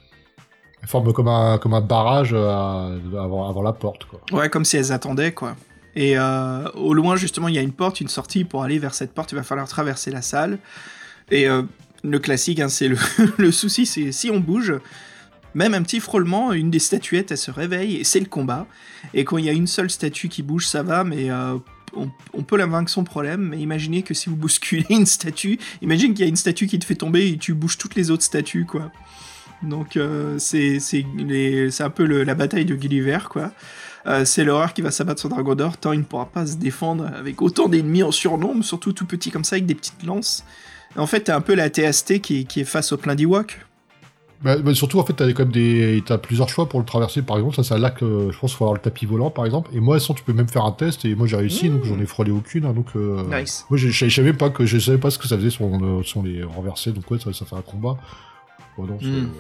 Elles forment comme un, comme un barrage à, avant, avant la porte, quoi. Ouais, comme si elles attendaient, quoi. Et euh, au loin, justement, il y a une porte, une sortie. Pour aller vers cette porte, il va falloir traverser la salle. Et euh, le classique, hein, c'est le, le souci, c'est si on bouge, même un petit frôlement, une des statuettes, elle se réveille, et c'est le combat. Et quand il y a une seule statue qui bouge, ça va, mais... Euh, On, on peut la vaincre sans problème, mais imaginez que si vous bousculez une statue, imagine qu'il y a une statue qui te fait tomber et tu bouges toutes les autres statues, quoi. Donc euh, c'est, c'est, les, c'est un peu le, la bataille de Gulliver, quoi. Euh, c'est l'horreur qui va s'abattre sur Dragon d'Or, tant il ne pourra pas se défendre avec autant d'ennemis en surnombre, surtout tout petit comme ça, avec des petites lances. En fait, t'as un peu la T S T qui, qui est face au plein d'Ewok. Bah, bah surtout, en fait, t'as quand même des, t'as plusieurs choix pour le traverser. Par exemple, ça, c'est un lac, euh, je pense qu'il faut avoir le tapis volant, par exemple. Et moi, sans, tu peux même faire un test. Et moi, j'ai réussi, mmh. donc j'en ai frôlé aucune. Hein, donc, euh, nice. Moi, je, je savais pas que, je savais pas ce que ça faisait sur, euh, sur les renversés. Donc, ouais, ça, ça fait un combat. Ouais, donc, mmh. euh...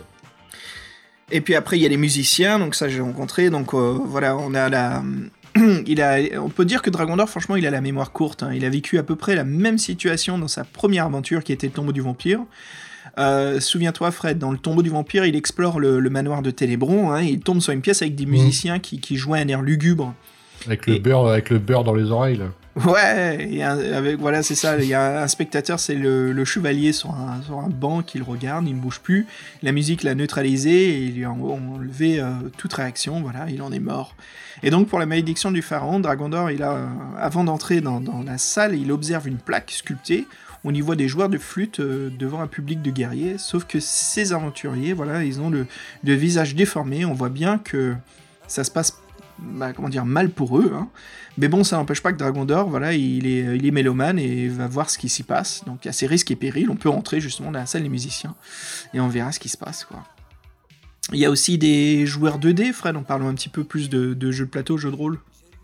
Et puis après, il y a les musiciens. Donc ça, j'ai rencontré. Donc euh, voilà, on a la. Il a, on peut dire que Dragon d'Or, franchement, il a la mémoire courte. Hein. Il a vécu à peu près la même situation dans sa première aventure, qui était le tombeau du vampire. Euh, souviens-toi, Fred, dans le tombeau du vampire, il explore le, le manoir de Télébron, hein, il tombe sur une pièce avec des musiciens mmh. qui, qui jouaient un air lugubre. Avec le, et... beurre, avec le beurre dans les oreilles, là. Ouais, et un, avec, voilà, c'est ça, il y a un spectateur, c'est le, le chevalier sur un, sur un banc qui le regarde, il ne bouge plus, la musique l'a neutralisé, et il lui a enlevé euh, toute réaction, voilà, il en est mort. Et donc, pour la malédiction du pharaon, Dragon d'Or, il a, euh, avant d'entrer dans, dans la salle, il observe une plaque sculptée. On y voit des joueurs de flûte euh, devant un public de guerriers, sauf que ces aventuriers, voilà, ils ont le, le visage déformé, on voit bien que ça se passe, bah, comment dire, mal pour eux, hein. Mais bon, ça n'empêche pas que Dragon d'Or, voilà, il est, il est mélomane et va voir ce qui s'y passe, donc il y a ses risques et périls, on peut rentrer justement dans la salle des musiciens, et on verra ce qui se passe, quoi. Il y a aussi des joueurs deux D, Fred, en parlant un petit peu plus de, de jeux de plateau, jeux de rôle.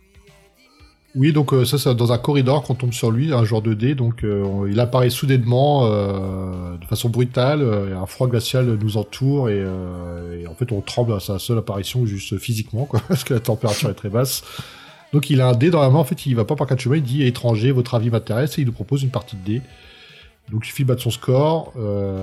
Oui, donc euh, ça, c'est dans un corridor qu'on tombe sur lui, un joueur deux D, donc euh, il apparaît soudainement, euh, de façon brutale, euh, un froid glacial nous entoure, et, euh, et en fait on tremble à sa seule apparition, juste physiquement, quoi, parce que la température est très basse. Donc il a un dé dans la main, en fait il va pas par quatre chemins, il dit étranger, votre avis m'intéresse, et il nous propose une partie de dé. Donc il suffit de battre son score,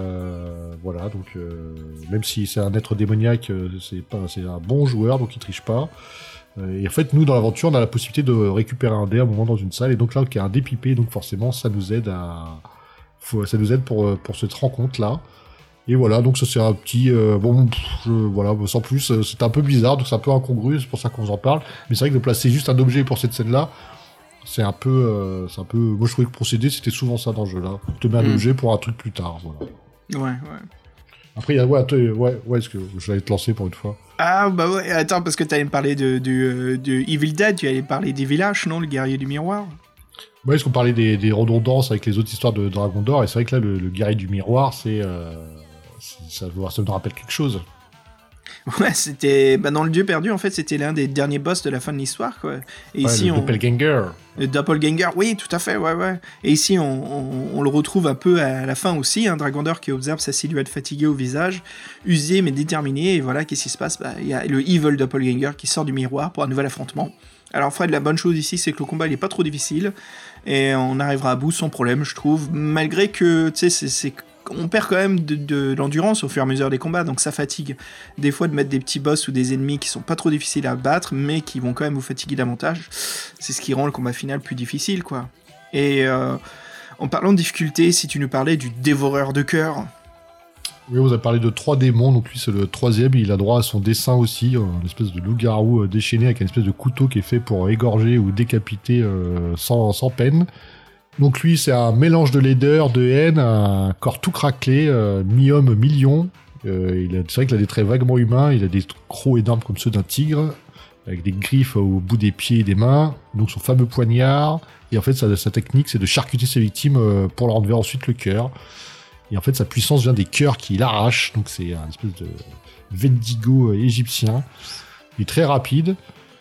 euh, voilà, donc euh, même si c'est un être démoniaque, c'est, pas, c'est un bon joueur, donc il triche pas. Et en fait, nous, dans l'aventure, on a la possibilité de récupérer un dé à un moment dans une salle, et donc là, il y a un dé pipé, donc forcément, ça nous aide à, faut, ça nous aide pour pour cette rencontre-là. Et voilà, donc ça c'est un petit, euh, bon, pff, je, voilà, sans plus, euh, c'est un peu bizarre, donc c'est un peu incongru, c'est pour ça qu'on vous en parle. Mais c'est vrai que de placer juste un objet pour cette scène-là, c'est un peu, euh, c'est un peu, moi je trouvais que le procédé, c'était souvent ça dans le jeu-là. Tu te mets un Mm. objet pour un truc plus tard, voilà. Ouais, ouais. Après, il y a, ouais, attends, ouais, ouais, est-ce que je vais te lancer pour une fois? Ah, bah ouais, attends, parce que t'allais me parler de, de, euh, de Evil Dead, tu allais parler des villages, non, le guerrier du miroir? Ouais, est-ce qu'on parlait des, des redondances avec les autres histoires de Dragon d'Or, et c'est vrai que là, le, le guerrier du miroir, c'est, euh, c'est- ça, ça me rappelle quelque chose. Ouais, c'était. Bah, dans le Dieu perdu, en fait, c'était l'un des derniers boss de la fin de l'histoire, quoi. Et Ouais, ici, le on. doppelganger. Le Doppelganger, oui, tout à fait, ouais, ouais. Et ici, on, on- on le retrouve un peu à la fin aussi, un Dragondor qui observe sa silhouette fatiguée au visage, usée mais déterminée, et voilà, qu'est-ce qui se passe? Bah, il y a le Evil Doppelganger qui sort du miroir pour un nouvel affrontement. Alors, Fred, la bonne chose ici, c'est que le combat, il est pas trop difficile, et on arrivera à bout sans problème, je trouve, malgré que, tu sais, c'est... c'est on perd quand même de, de l'endurance au fur et à mesure des combats, donc ça fatigue. Des fois de mettre des petits boss ou des ennemis qui sont pas trop difficiles à battre, mais qui vont quand même vous fatiguer davantage. C'est ce qui rend le combat final plus difficile, quoi. Et euh, en parlant de difficulté, si tu nous parlais du dévoreur de cœur... Oui, vous avez parlé de trois démons, donc lui c'est le troisième, il a droit à son dessin aussi, une espèce de loup-garou euh, déchaîné avec une espèce de couteau qui est fait pour égorger ou décapiter euh, sans, sans peine. Donc lui c'est un mélange de laideur, de haine, un corps tout craquelé, euh, mi-homme, mi-lion. Euh, il a- c'est vrai qu'il a des traits vaguement humains, il a des crocs énormes comme ceux d'un tigre, avec des griffes au bout des pieds et des mains, donc son fameux poignard, et en fait sa, sa technique c'est de charcuter ses victimes euh, pour leur enlever ensuite le cœur. Et en fait, sa puissance vient des cœurs qu'il arrache, donc c'est un espèce de Vendigo égyptien. Il est très rapide.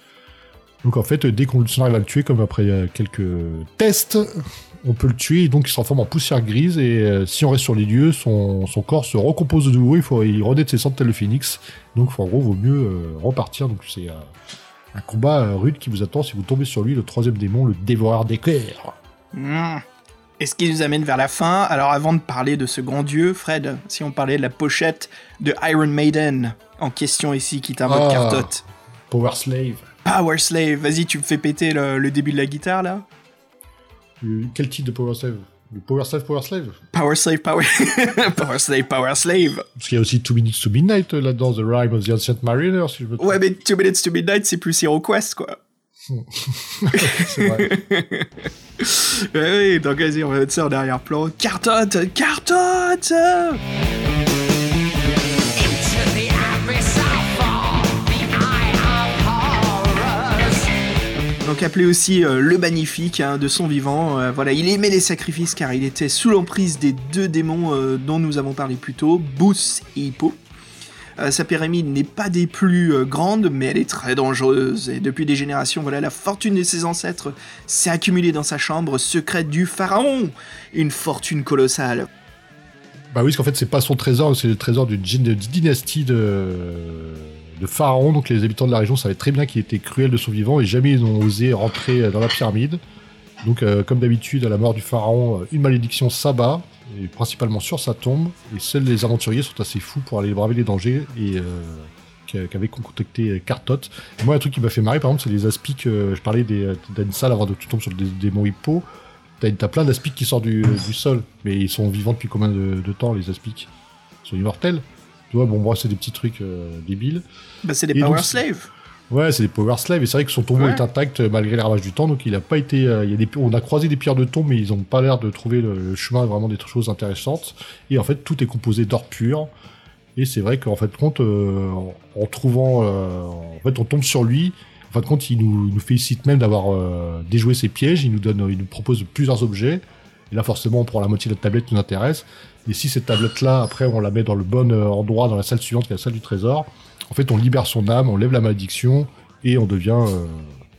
Donc en fait, dès qu'on arrive à le tuer, comme après quelques tests, on peut le tuer, et donc il se transforme en poussière grise, et euh, si on reste sur les lieux, son, son corps se recompose de nouveau, il faut il renaît de ses cendres tel le phénix. Donc en gros, il vaut mieux euh, repartir. Donc c'est euh, un combat euh, rude qui vous attend si vous tombez sur lui, le troisième démon, le dévoreur des cœurs. Mmh. Et ce qui nous amène vers la fin, alors avant de parler de ce grand dieu, Fred, si on parlait de la pochette de Iron Maiden, en question ici, qui t'invoque Ah. Cartote. Power Slave. Power Slave, vas-y, tu me fais péter le, le début de la guitare, là. Euh, Quel type de Power Slave? Le Power Slave, Power Slave? Power Slave, Power... Power Slave, Power Slave. Parce qu'il y a aussi Two Minutes to Midnight euh, là-dedans, The Rime of the Ancient Mariner, si je me trompe. Ouais, mais Two Minutes to Midnight, c'est plus Hero Quest, quoi. C'est vrai. Ouais, oui, donc vas-y, on va mettre ça en arrière-plan. Cartote, Cartote. Donc appelé aussi euh, le Magnifique, hein, de son vivant. Euh, voilà, il aimait les sacrifices car il était sous l'emprise des deux démons euh, dont nous avons parlé plus tôt, Booth et Hippo. Euh, sa pyramide n'est pas des plus euh, grandes, mais elle est très dangereuse. Et depuis des générations, voilà, la fortune de ses ancêtres s'est accumulée dans sa chambre secrète du pharaon. Une fortune colossale. Bah oui, parce qu'en fait, c'est pas son trésor, c'est le trésor d'une dyn- d'une dynastie de... de pharaons. Donc les habitants de la région savaient très bien qu'il était cruel de son vivant et jamais ils n'ont osé rentrer dans la pyramide. Donc, euh, comme d'habitude, à la mort du pharaon, une malédiction s'abat, et principalement sur sa tombe, et seuls les aventuriers sont assez fous pour aller braver les dangers, et euh, qu'a- qu'avait contacté Cartote. Et moi, un truc qui m'a fait marrer, par exemple, c'est les aspics. Euh, je parlais des, d'une salle avant que tu tombes sur le dé- démon hippo. T'as, t'as plein d'aspics qui sortent du, du sol, mais ils sont vivants depuis combien de, de temps, les aspics? Ils sont immortels. Tu vois, bon, moi, c'est des petits trucs euh, débiles. Bah, c'est des Et Power donc, Slaves. Ouais, c'est des Power Slaves, et c'est vrai que son tombeau Ouais. est intact euh, malgré les ravages du temps, donc il a pas été... euh, il y a des, on a croisé des pierres de tombe, mais ils ont pas l'air de trouver le, le chemin vraiment des choses intéressantes. Et en fait, tout est composé d'or pur, et c'est vrai qu'en fait, compte, euh, en, en trouvant... euh, en fait, on tombe sur lui, en fin de compte, il nous, il nous félicite même d'avoir euh, déjoué ses pièges, il nous donne, il nous propose plusieurs objets, et là, forcément, on prend la moitié de la tablette qui nous intéresse, et si cette tablette-là, après, on la met dans le bon euh, endroit, dans la salle suivante, qui est la salle du trésor, en fait, on libère son âme, on lève la malédiction, et on devient... Euh,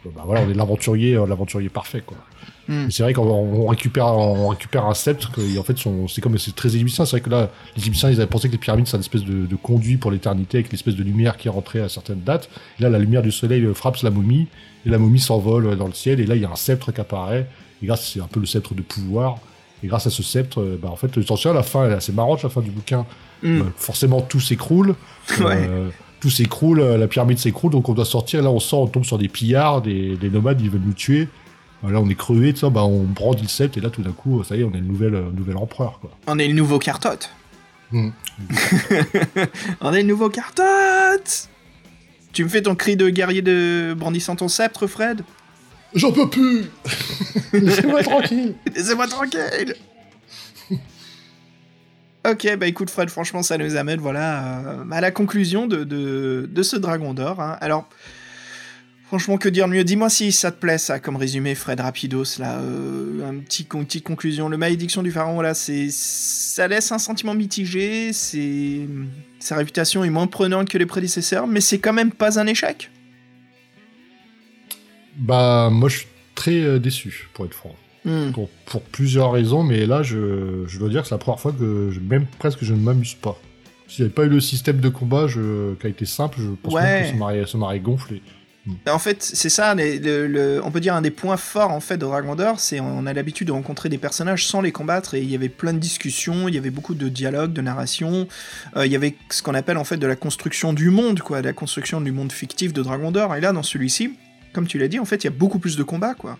quoi. Bah voilà, on est l'aventurier, euh, l'aventurier parfait, quoi. Mm. Et c'est vrai qu'on on récupère, on récupère un sceptre, que, en fait, son, c'est comme, c'est très égyptien. C'est vrai que là, les Égyptiens, ils avaient pensé que les pyramides, c'est une espèce de, de conduit pour l'éternité, avec l'espèce de lumière qui rentrait à certaines dates. Et là, la lumière du soleil frappe la momie, et la momie s'envole dans le ciel, et là, il y a un sceptre qui apparaît, et grâce, c'est un peu le sceptre de pouvoir, et grâce à ce sceptre, bah, en fait, attention, à la fin, elle est assez marrante, la fin du bouquin, mm. euh, forcément, tout s'écroule, ouais. euh, tout s'écroule, la pyramide s'écroule, donc on doit sortir, et là, on sort, on tombe sur des pillards, des, des nomades, ils veulent nous tuer. Là, on est crevé, tout ça, bah, on brandit le sceptre, et là, tout d'un coup, ça y est, on est le nouvel, euh, nouvel empereur, quoi. On est le nouveau Cartote. Mmh. On est le nouveau Cartote. Tu me fais ton cri de guerrier de brandissant ton sceptre, Fred? J'en peux plus. Laissez-moi tranquille. Laissez-moi tranquille. Ok, bah écoute, Fred, franchement, ça nous amène, voilà, euh, à la conclusion de, de, de ce Dragon d'Or, hein. Alors... Franchement, que dire de mieux? Dis-moi si ça te plaît, ça, comme résumé, Fred, rapidos, là, euh, un petit, une petite conclusion. Le Malédiction du Pharaon, là, c'est, ça laisse un sentiment mitigé, c'est, sa réputation est moins prenante que les prédécesseurs, mais c'est quand même pas un échec. Bah, moi, je suis très euh, déçu, pour être franc. Mm. Pour, pour plusieurs raisons, mais là, je, je dois dire que c'est la première fois que, je, même presque, je ne m'amuse pas. S'il n'y avait pas eu le système de combat je, qui a été simple, je pense ouais. même que ça m'aurait, ça m'aurait gonflé. En fait, c'est ça, les, le, le, on peut dire un des points forts en fait de Dragon d'Or, c'est on a l'habitude de rencontrer des personnages sans les combattre, et il y avait plein de discussions, il y avait beaucoup de dialogues, de narration, euh, il y avait ce qu'on appelle en fait de la construction du monde, quoi, de la construction du monde fictif de Dragon d'Or, et là dans celui-ci, comme tu l'as dit, en fait, il y a beaucoup plus de combats, quoi.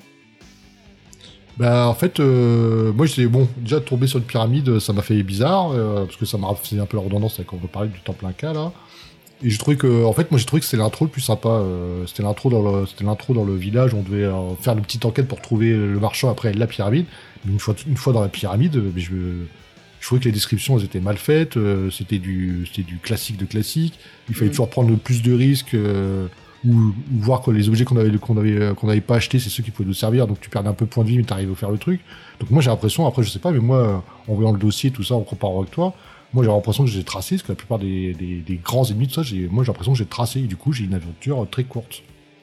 Bah en fait, euh, moi j'étais bon, déjà tomber sur une pyramide, ça m'a fait bizarre, euh, parce que ça m'a fait un peu la redondance quand on veut parler du temple Inca là. Et j'ai trouvé que, en fait, moi j'ai trouvé que c'était l'intro le plus sympa. Euh, c'était l'intro dans le, c'était l'intro dans le village. On devait euh, faire une petite enquête pour trouver le marchand après la pyramide. Mais une fois, une fois dans la pyramide, euh, mais je, je trouvais que les descriptions elles étaient mal faites. Euh, c'était du, c'était du classique de classique. Il fallait mmh. toujours prendre le plus de risques euh, ou, ou voir que les objets qu'on avait, qu'on avait, qu'on n'avait pas achetés, c'est ceux qui pouvaient nous servir. Donc tu perdais un peu de points de vie, mais t'arrivais à faire le truc. Donc moi j'ai l'impression, après je sais pas, mais moi en voyant le dossier tout ça, en comparant avec toi. Moi, j'ai l'impression que j'ai tracé, parce que la plupart des, des, des grands ennemis, tout ça, j'ai, moi, j'ai l'impression que j'ai tracé, et du coup, j'ai une aventure très courte.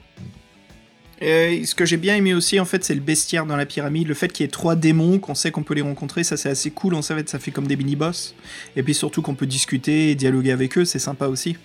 Et ce que j'ai bien aimé aussi, en fait, c'est le bestiaire dans la pyramide, le fait qu'il y ait trois démons, qu'on sait qu'on peut les rencontrer, ça, c'est assez cool, on sait, ça fait comme des mini-boss. Et puis surtout qu'on peut discuter et dialoguer avec eux, c'est sympa aussi.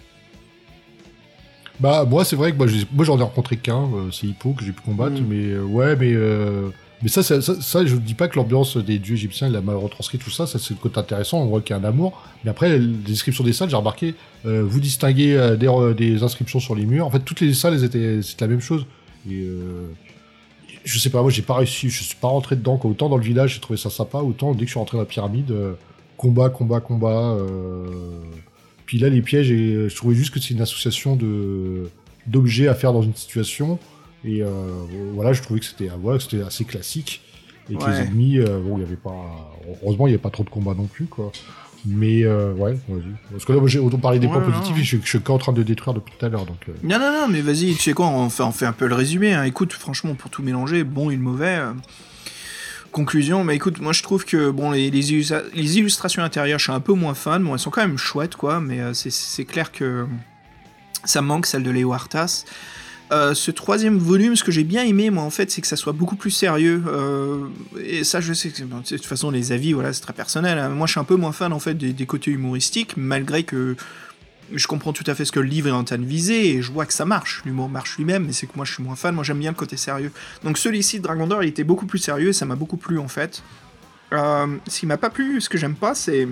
Bah, moi, c'est vrai que bah, j'ai, moi, j'en ai rencontré qu'un, euh, c'est Hippo, que j'ai pu combattre, mmh. mais euh, ouais, mais... Euh... Mais ça, ça, ça, ça, je ne dis pas que l'ambiance des dieux égyptiens, il a mal retranscrit tout ça, ça c'est le côté intéressant, on voit qu'il y a un amour. Mais après, les descriptions des salles, j'ai remarqué, euh, vous distinguez euh, des, euh, des inscriptions sur les murs. En fait, toutes les salles, elles étaient, c'était la même chose. Et euh, je sais pas, moi, j'ai pas réussi, je suis pas rentré dedans. Quoi. Autant dans le village, j'ai trouvé ça sympa, autant dès que je suis rentré dans la pyramide, euh, combat, combat, combat. Euh... Puis là, les pièges, et, je trouvais juste que c'est une association de d'objets à faire dans une situation. Et euh, voilà, je trouvais que c'était, voilà, que c'était assez classique. Et que ouais. les ennemis, euh, bon, il y avait pas. Heureusement, il n'y avait pas trop de combats non plus, quoi. Mais euh, ouais, vas-y. Parce que là, j'ai autant parlé des ouais, points non, positifs, non. et je, je suis qu'en train de détruire depuis tout à l'heure. Donc, euh... Non, non, non, mais vas-y, tu sais quoi, on fait, on fait un peu le résumé. Hein. Écoute, franchement, pour tout mélanger, bon et le mauvais. Euh... Conclusion, mais écoute, moi je trouve que bon, les, les, illustra- les illustrations intérieures, je suis un peu moins fan. Bon, elles sont quand même chouettes, quoi, mais euh, c'est, c'est clair que ça me manque, celle de Léo Artas. Euh, ce troisième volume, ce que j'ai bien aimé, moi, en fait, c'est que ça soit beaucoup plus sérieux. Euh, et ça, je sais que, bon, de toute façon, les avis, voilà, c'est très personnel. Hein. Moi, je suis un peu moins fan, en fait, des, des côtés humoristiques, malgré que je comprends tout à fait ce que le livre est en train de viser, et je vois que ça marche. L'humour marche lui-même, mais c'est que moi, je suis moins fan. Moi, j'aime bien le côté sérieux. Donc, celui-ci, Dragon d'Or, il était beaucoup plus sérieux, et ça m'a beaucoup plu, en fait. Euh, ce qui m'a pas plu, ce que j'aime pas, c'est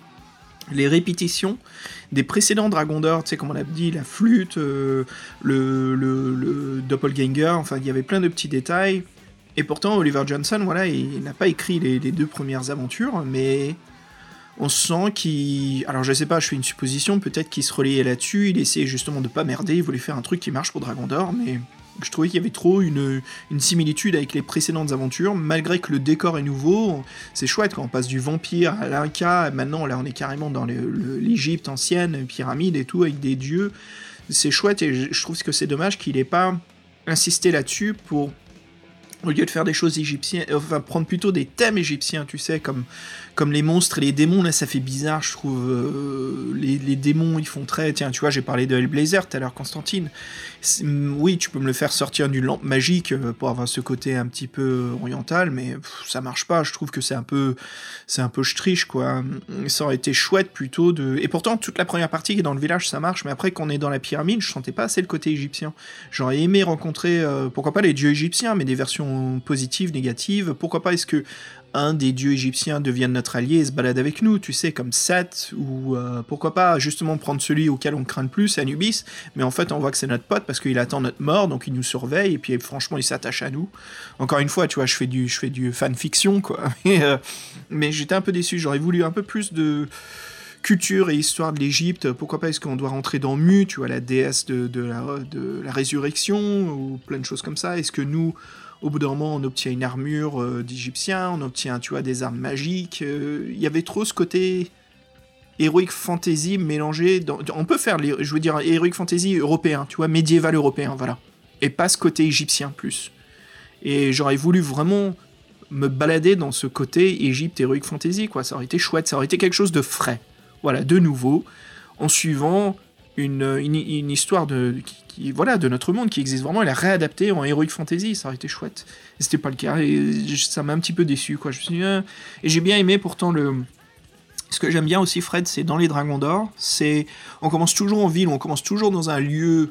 les répétitions des précédents Dragon d'Or, tu sais, comme on a dit, la flûte, euh, le, le, le doppelganger, enfin, il y avait plein de petits détails. Et pourtant, Oliver Johnson, voilà, il n'a pas écrit les, les deux premières aventures, mais on sent qu'il... Alors, je sais pas, je fais une supposition, peut-être qu'il se relayait là-dessus, il essayait justement de pas merder, il voulait faire un truc qui marche pour Dragon d'Or, mais je trouvais qu'il y avait trop une, une similitude avec les précédentes aventures, malgré que le décor est nouveau. C'est chouette quand on passe du vampire à l'Inca, maintenant là on est carrément dans le, le, l'Égypte ancienne, pyramide et tout, avec des dieux. C'est chouette, et je, je trouve que c'est dommage qu'il ait pas insisté là-dessus pour au lieu de faire des choses égyptiennes, enfin prendre plutôt des thèmes égyptiens, tu sais, comme, comme les monstres et les démons, là ça fait bizarre, je trouve. Euh, les, les démons, ils font très... Tiens, tu vois, j'ai parlé de Hellblazer tout à l'heure, Constantine. C'est, oui, tu peux me le faire sortir d'une lampe magique pour avoir ce côté un petit peu oriental, mais pff, ça marche pas, je trouve que c'est un peu... C'est un peu striche, quoi. Ça aurait été chouette plutôt de... Et pourtant, toute la première partie qui est dans le village, ça marche, mais après, quand on est dans la pyramide, je sentais pas assez le côté égyptien. J'aurais aimé rencontrer, euh, pourquoi pas les dieux égyptiens, mais des versions positives, négatives. Pourquoi pas est-ce que un des dieux égyptiens devienne notre allié et se balade avec nous, tu sais, comme Seth, ou euh, pourquoi pas justement prendre celui auquel on craint le plus, Anubis, mais en fait on voit que c'est notre pote parce qu'il attend notre mort, donc il nous surveille, et puis franchement il s'attache à nous. Encore une fois, tu vois, je fais du, je fais du fanfiction, quoi. Mais, euh, mais j'étais un peu déçu, j'aurais voulu un peu plus de culture et histoire de l'Égypte. Pourquoi pas est-ce qu'on doit rentrer dans Mu, tu vois, la déesse de, de, la, de la résurrection, ou plein de choses comme ça. Est-ce que nous, au bout d'un moment, on obtient une armure euh, d'Égyptien, on obtient, tu vois, des armes magiques. Il euh, y avait trop ce côté heroic fantasy mélangé. Dans... On peut faire, les, je veux dire, heroic fantasy européen, tu vois, médiéval européen, voilà. Et pas ce côté égyptien plus. Et j'aurais voulu vraiment me balader dans ce côté Égypte heroic fantasy, quoi. Ça aurait été chouette, ça aurait été quelque chose de frais. Voilà, de nouveau, en suivant une, une, une histoire de, qui, qui, voilà, de notre monde qui existe vraiment, elle est réadaptée en heroic fantasy, ça aurait été chouette. Et c'était pas le cas, et ça m'a un petit peu déçu, quoi. Je me suis dit, hein. Et j'ai bien aimé pourtant le... Ce que j'aime bien aussi, Fred, c'est dans les Dragons d'Or, c'est... On commence toujours en ville, on commence toujours dans un lieu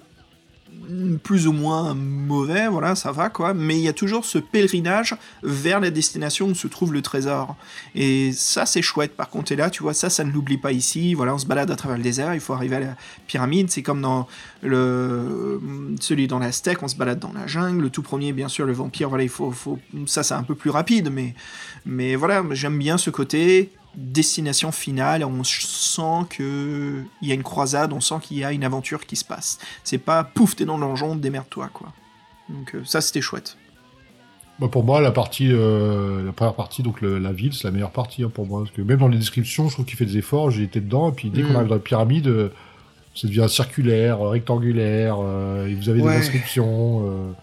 plus ou moins mauvais, voilà, ça va, quoi, mais il y a toujours ce pèlerinage vers la destination où se trouve le trésor. Et ça, c'est chouette, par contre, et là, tu vois, ça, ça ne l'oublie pas ici, voilà, on se balade à travers le désert, il faut arriver à la pyramide, c'est comme dans le... celui dans l'Aztèque, on se balade dans la jungle, le tout premier, bien sûr, le vampire, voilà, il faut... faut... ça, c'est un peu plus rapide, mais, mais voilà, j'aime bien ce côté... destination finale, on sent que il y a une croisade, on sent qu'il y a une aventure qui se passe. C'est pas pouf, t'es dans le donjon, démerde-toi, quoi. Donc euh, ça, c'était chouette. Bah pour moi, la partie, euh, la première partie, donc le, la ville, c'est la meilleure partie, hein, pour moi, parce que même dans les descriptions, je trouve qu'il fait des efforts. J'ai été dedans, et puis dès mmh. qu'on arrive dans la pyramide, euh, ça devient circulaire, rectangulaire, euh, et vous avez ouais. des inscriptions. Euh...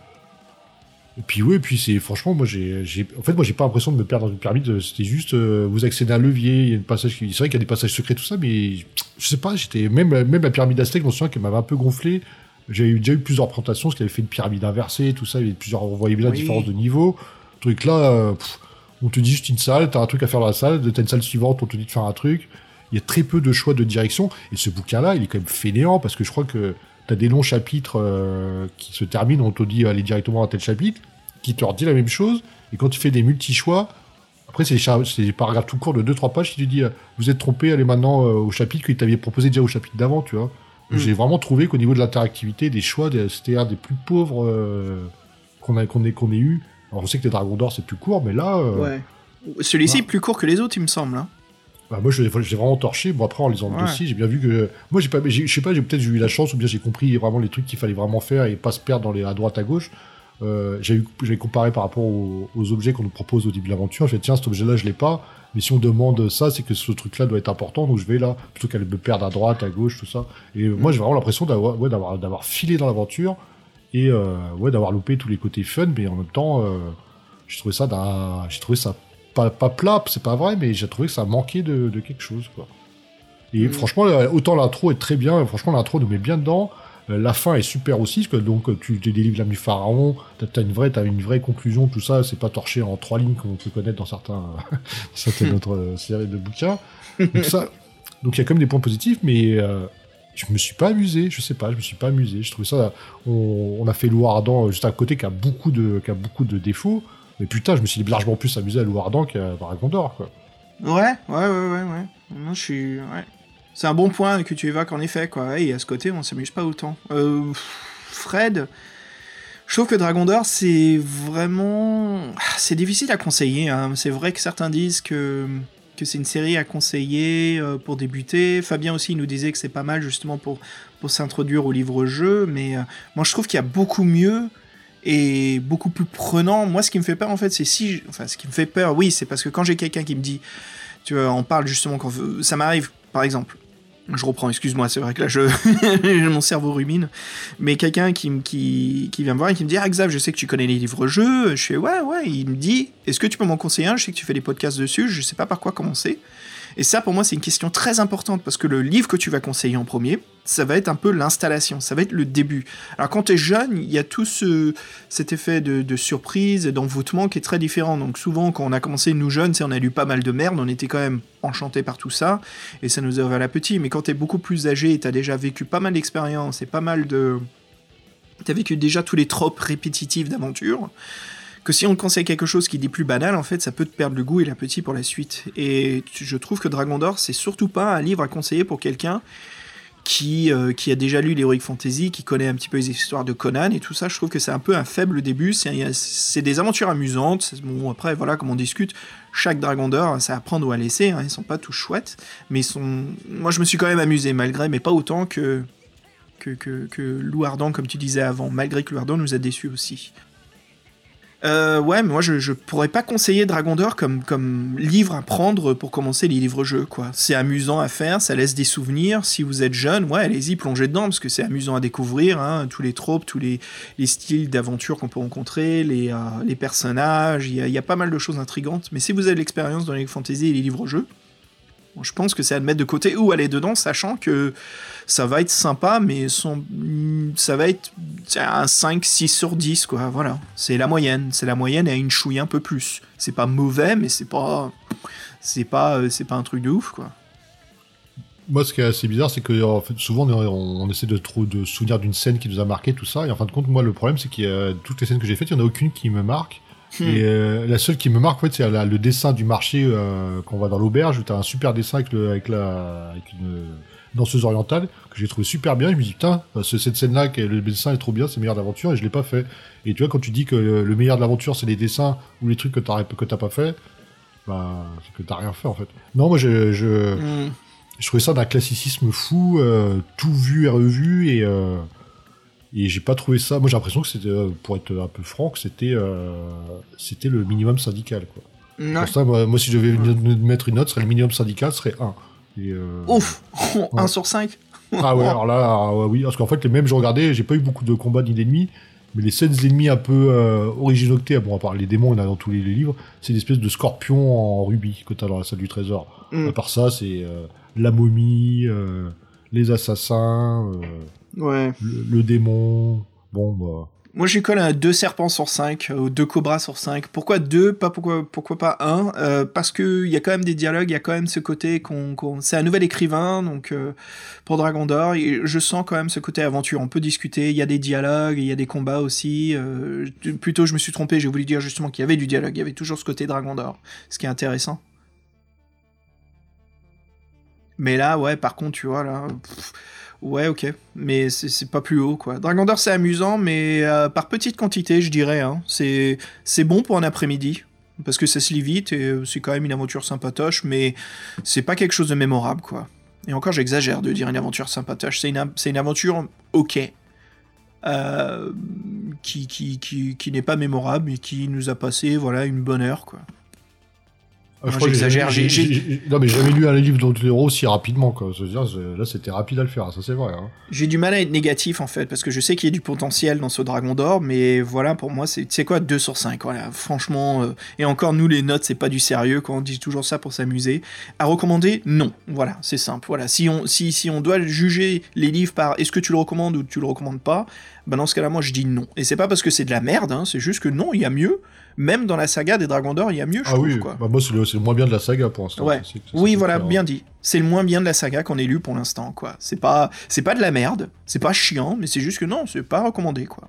Et puis oui, et puis c'est franchement, moi j'ai, j'ai, en fait moi j'ai pas l'impression de me perdre dans une pyramide. C'était juste, euh, vous accédez à un levier, il y a une passage, qui... c'est vrai qu'il y a des passages secrets tout ça, mais je sais pas, j'étais même même la pyramide aztèque, je me souviens qu'elle m'avait un peu gonflé. J'avais déjà eu plusieurs représentations, parce qu'elle avait fait une pyramide inversée, tout ça, il y avait plusieurs, on voyait bien la oui. différence de niveau. Le truc là, euh, pff, on te dit juste une salle, t'as un truc à faire dans la salle, t'as une salle suivante, on te dit de faire un truc. Il y a très peu de choix de direction, et ce bouquin-là, il est quand même fainéant, parce que je crois que t'as des longs chapitres euh, qui se terminent, on te dit aller directement à tel chapitre, qui te redit la même chose, et quand tu fais des multi-choix, après c'est des, cha- c'est des paragraphes tout courts de deux trois pages qui te dit euh, vous êtes trompé, allez maintenant euh, au chapitre qu'il t'avait proposé déjà au chapitre d'avant, tu vois. Mm. J'ai vraiment trouvé qu'au niveau de l'interactivité, des choix, des, c'était un des plus pauvres euh, qu'on, a, qu'on, ait, qu'on ait eu. Alors on sait que les Dragons d'Or c'est plus court, mais là... Euh, ouais. Celui-ci bah, est plus court que les autres, il me semble. Hein. Bah moi je l'ai, je l'ai vraiment torché. Bon après en lisant le dossier, j'ai bien vu que... Moi j'ai pas, j'ai, je sais pas, j'ai, peut-être j'ai eu la chance, ou bien j'ai compris vraiment les trucs qu'il fallait vraiment faire et pas se perdre dans les, à droite à gauche. Euh, j'avais, j'avais comparé par rapport aux, aux objets qu'on nous propose au début de l'aventure. Je me tiens, cet objet-là, je l'ai pas. Mais si on demande ça, c'est que ce truc-là doit être important. Donc je vais là, plutôt qu'à me perdre à droite, à gauche, tout ça. Et mmh. moi, j'ai vraiment l'impression d'avoir, ouais, d'avoir, d'avoir filé dans l'aventure et euh, ouais, d'avoir loupé tous les côtés fun. Mais en même temps, euh, j'ai trouvé ça, d'un, j'ai trouvé ça pas, pas plat, c'est pas vrai, mais j'ai trouvé que ça manquait de, de quelque chose, quoi. Et mmh. franchement, autant l'intro est très bien. Franchement, l'intro nous met bien dedans. La fin est super aussi, parce que donc tu délivres l'âme du pharaon, t'as une vraie, t'as une vraie conclusion, tout ça, c'est pas torché en trois lignes comme on peut connaître dans certains, certaines autres séries de bouquins. Donc ça, donc il y a quand même des points positifs, mais euh, je me suis pas amusé, je sais pas, je me suis pas amusé. Je trouvais ça, on, on a fait Loup Ardent juste à côté qui a beaucoup de, qui a beaucoup de défauts, mais putain, je me suis largement plus amusé à Loup Ardent qu'à Dragon d'Or, quoi. Ouais, ouais, ouais, ouais, ouais. Moi, je suis, ouais. C'est un bon point que tu évoques en effet, quoi. Et à ce côté, on s'amuse pas autant. Euh, Fred, je trouve que Dragon d'Or, c'est vraiment... C'est difficile à conseiller, hein. C'est vrai que certains disent que, que c'est une série à conseiller euh, pour débuter. Fabien aussi nous disait que c'est pas mal justement pour, pour s'introduire au livre-jeu. Mais euh, moi, je trouve qu'il y a beaucoup mieux et beaucoup plus prenant. Moi, ce qui me fait peur, en fait, c'est si... Enfin, ce qui me fait peur, oui, c'est parce que quand j'ai quelqu'un qui me dit... Tu vois, on parle justement... Quand... Ça m'arrive, par exemple... Je reprends, excuse-moi, c'est vrai que là, je... mon cerveau rumine. Mais quelqu'un qui, qui, qui vient me voir et qui me dit « Ah, Xav, je sais que tu connais les livres-jeux. » Je fais « Ouais, ouais. » Il me dit « Est-ce que tu peux m'en conseiller un ? Je sais que tu fais des podcasts dessus. Je sais pas par quoi commencer. » Et ça, pour moi, c'est une question très importante parce que le livre que tu vas conseiller en premier, ça va être un peu l'installation, ça va être le début. Alors, quand tu es jeune, il y a tout ce, cet effet de, de surprise et d'envoûtement qui est très différent. Donc, souvent, quand on a commencé, nous jeunes, on a lu pas mal de merde, on était quand même enchantés par tout ça et ça nous a ouvert l'appétit. Mais quand tu es beaucoup plus âgé et tu as déjà vécu pas mal d'expériences et pas mal de. Tu as vécu déjà tous les tropes répétitifs d'aventure. Que si on te conseille quelque chose qui dit plus banal, en fait, ça peut te perdre le goût et l'appétit pour la suite. Et je trouve que Dragon d'Or, c'est surtout pas un livre à conseiller pour quelqu'un qui, euh, qui a déjà lu l'Heroic Fantasy, qui connaît un petit peu les histoires de Conan et tout ça. Je trouve que c'est un peu un faible début. C'est, c'est des aventures amusantes. Bon, après, voilà, comme on discute, chaque Dragon d'Or, c'est à prendre ou à laisser. Hein, ils sont pas tous chouettes, mais ils sont. Moi, je me suis quand même amusé, malgré, mais pas autant que que, que, que Loup Ardent, comme tu disais avant, malgré que Loup Ardent nous a déçus aussi. Euh, ouais, mais moi je, je pourrais pas conseiller Dragon d'Or comme, comme livre à prendre pour commencer les livres-jeux, quoi. C'est amusant à faire, ça laisse des souvenirs. Si vous êtes jeune, ouais, allez-y, plongez dedans, parce que c'est amusant à découvrir, hein, tous les tropes, tous les, les styles d'aventure qu'on peut rencontrer, les, euh, les personnages, il y, y a pas mal de choses intrigantes. Mais si vous avez de l'expérience dans les fantasy et les livres-jeux, bon, je pense que c'est à le mettre de côté ou aller dedans, sachant que ça va être sympa, mais son... ça va être un cinq six sur dix, quoi, voilà. C'est la moyenne, c'est la moyenne et à une chouille un peu plus. C'est pas mauvais, mais c'est pas... C'est pas, c'est pas un truc de ouf, quoi. Moi, ce qui est assez bizarre, c'est que en fait, souvent, on, on essaie de trop de se souvenir d'une scène qui nous a marqué, tout ça, et en fin de compte, moi, le problème, c'est qu'il y a toutes les scènes que j'ai faites, il n'y en a aucune qui me marque. Hmm. Et euh, la seule qui me marque, en fait, c'est la, le dessin du marché euh, qu'on voit dans l'auberge, où t'as un super dessin avec, le, avec, la, avec une danseuse orientale, que j'ai trouvé super bien. Je me dis, putain, cette scène-là, le dessin est trop bien, c'est meilleur d'aventure, et je l'ai pas fait. Et tu vois, quand tu dis que le, le meilleur de l'aventure, c'est les dessins ou les trucs que t'as, que t'as pas fait, bah, c'est que t'as rien fait, en fait. Non, moi, je, je, hmm. je trouvais ça d'un classicisme fou, euh, tout vu et revu, et... Euh, Et j'ai pas trouvé ça. Moi, j'ai l'impression que c'était, pour être un peu franc, que c'était, euh, c'était le minimum syndical, quoi. Ouais. Pour ça, moi, moi, si je devais ouais. mettre une note, ce serait le minimum syndical, ce serait un. Et, euh, Ouf ouais. un sur cinq Ah ouais, alors là, alors, oui, parce qu'en fait, les mêmes, je regardais, j'ai pas eu beaucoup de combats ni d'ennemis, mais les scènes d'ennemis un peu euh, originoctés, bon, à part les démons, il y en a dans tous les, les livres, c'est des espèces de scorpions en rubis que t'as dans la salle du trésor. Mm. À part ça, c'est euh, la momie, euh, les assassins. Euh, Ouais. Le, le démon. Bon, bah. Moi, j'ai collé un deux serpents sur cinq, ou deux cobras sur cinq. Pourquoi deux pas pourquoi, pourquoi pas un euh, Parce qu'il y a quand même des dialogues, il y a quand même ce côté qu'on. qu'on... C'est un nouvel écrivain, donc euh, pour Dragon d'Or, je sens quand même ce côté aventure. On peut discuter, il y a des dialogues, il y a des combats aussi. Euh, plutôt, je me suis trompé, j'ai voulu dire justement qu'il y avait du dialogue, il y avait toujours ce côté Dragon d'Or, ce qui est intéressant. Mais là, ouais, par contre, tu vois, là. Pff, ouais, ok, mais c'est, c'est pas plus haut, quoi. Dragon d'Or, c'est amusant, mais euh, par petite quantité, je dirais. Hein. C'est, c'est bon pour un après-midi, parce que ça se lit vite, et c'est quand même une aventure sympatoche, mais c'est pas quelque chose de mémorable, quoi. Et encore, j'exagère de dire une aventure sympatoche. C'est une, c'est une aventure ok, euh, qui, qui, qui, qui n'est pas mémorable, et qui nous a passé, voilà, une bonne heure, quoi. Ah, je crois j'exagère. J'ai, j'ai, j'ai... Non, mais j'ai jamais lu un livre dont les héros aussi rapidement, quoi. C'est-à-dire, là, c'était rapide à le faire, ça c'est vrai. Hein. J'ai du mal à être négatif, en fait, parce que je sais qu'il y a du potentiel dans ce Dragon d'Or, mais voilà, pour moi, c'est, c'est quoi, deux sur cinq, voilà. Franchement, euh... et encore, nous, les notes, c'est pas du sérieux, quand on dit toujours ça pour s'amuser. À recommander, non. Voilà, c'est simple. Voilà, si on, si, si on doit juger les livres par est-ce que tu le recommandes ou tu le recommandes pas, ben dans ce cas-là, moi, je dis non. Et c'est pas parce que c'est de la merde, hein, c'est juste que non, il y a mieux. Même dans la saga des Dragons d'Or, il y a mieux, je ah trouve, oui. quoi. Bah moi, c'est le, c'est le moins bien de la saga, pour l'instant. Ouais. C'est, c'est, oui, voilà, clair, bien hein. dit. C'est le moins bien de la saga qu'on ait lu pour l'instant, quoi. C'est pas, c'est pas de la merde, c'est pas chiant, mais c'est juste que non, c'est pas recommandé, quoi.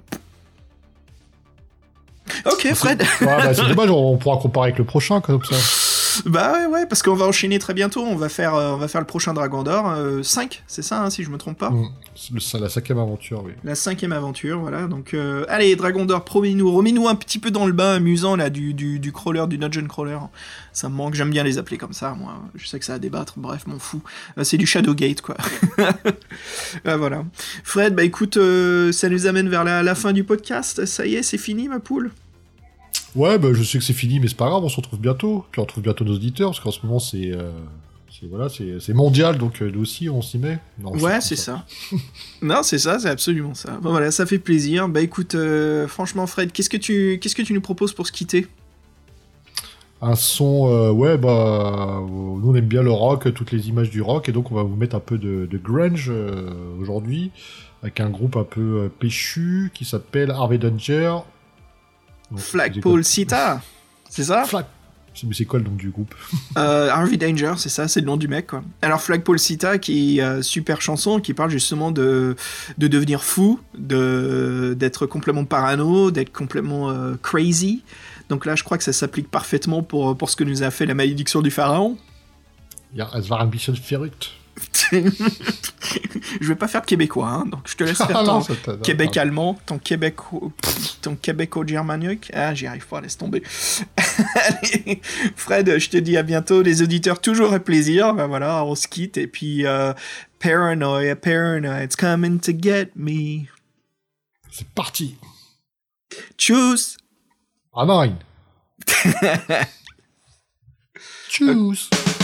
Ok, bah, Fred. C'est, ouais, bah, c'est dommage, on pourra comparer avec le prochain, comme ça. Bah ouais, ouais, parce qu'on va enchaîner très bientôt. On va faire, euh, on va faire le prochain Dragon d'Or. Euh, cinq, c'est ça, hein, si je me trompe pas. Mmh. Le, la cinquième aventure, oui. La cinquième aventure, voilà. Donc, euh, allez, Dragon d'Or, promets-nous, remets-nous un petit peu dans le bain amusant, là, du, du, du crawler, du dungeon crawler. Ça me manque, j'aime bien les appeler comme ça, moi. Je sais que ça va débattre, bref, m'en fous. Euh, c'est du Shadowgate, quoi. euh, voilà. Fred, bah écoute, euh, ça nous amène vers la, la fin du podcast. Ça y est, c'est fini, ma poule. Ouais, bah je sais que c'est fini, mais c'est pas grave, on se retrouve bientôt. Puis on retrouve bientôt nos auditeurs, parce qu'en ce moment, c'est, euh, c'est voilà, c'est, c'est mondial, donc euh, nous aussi on s'y met. Non, ouais, c'est ça. ça. Non, c'est ça, c'est absolument ça. Bon, voilà, ça fait plaisir. Bah écoute, euh, franchement, Fred, qu'est-ce que tu, qu'est-ce que tu nous proposes pour se quitter? Un son, euh, ouais, bah, nous on aime bien le rock, toutes les images du rock, et donc on va vous mettre un peu de, de grunge euh, aujourd'hui, avec un groupe un peu euh, péchu qui s'appelle Harvey Danger. Donc, Flagpole Sitta, c'est ça? Flag. Mais c'est quoi le nom du groupe? euh, Harvey Danger, c'est ça, c'est le nom du mec, quoi. Alors Flagpole Sitta, qui est euh, super chanson, qui parle justement de, de devenir fou, de, d'être complètement parano, d'être complètement euh, crazy. Donc là, je crois que ça s'applique parfaitement pour, pour ce que nous a fait la malédiction du pharaon. Ja, es war ein bisschen verrückt. Je vais pas faire de québécois, hein, donc je te laisse faire ton Québec allemand, ton Québec, ton québéco-germanique. Ah, j'y arrive pas, laisse tomber. Allez, Fred, je te dis à bientôt. Les auditeurs, toujours un plaisir. Ben voilà, on se quitte et puis euh, paranoia, paranoia, it's coming to get me. C'est parti. Tchuss. Ah nein. Tchuss.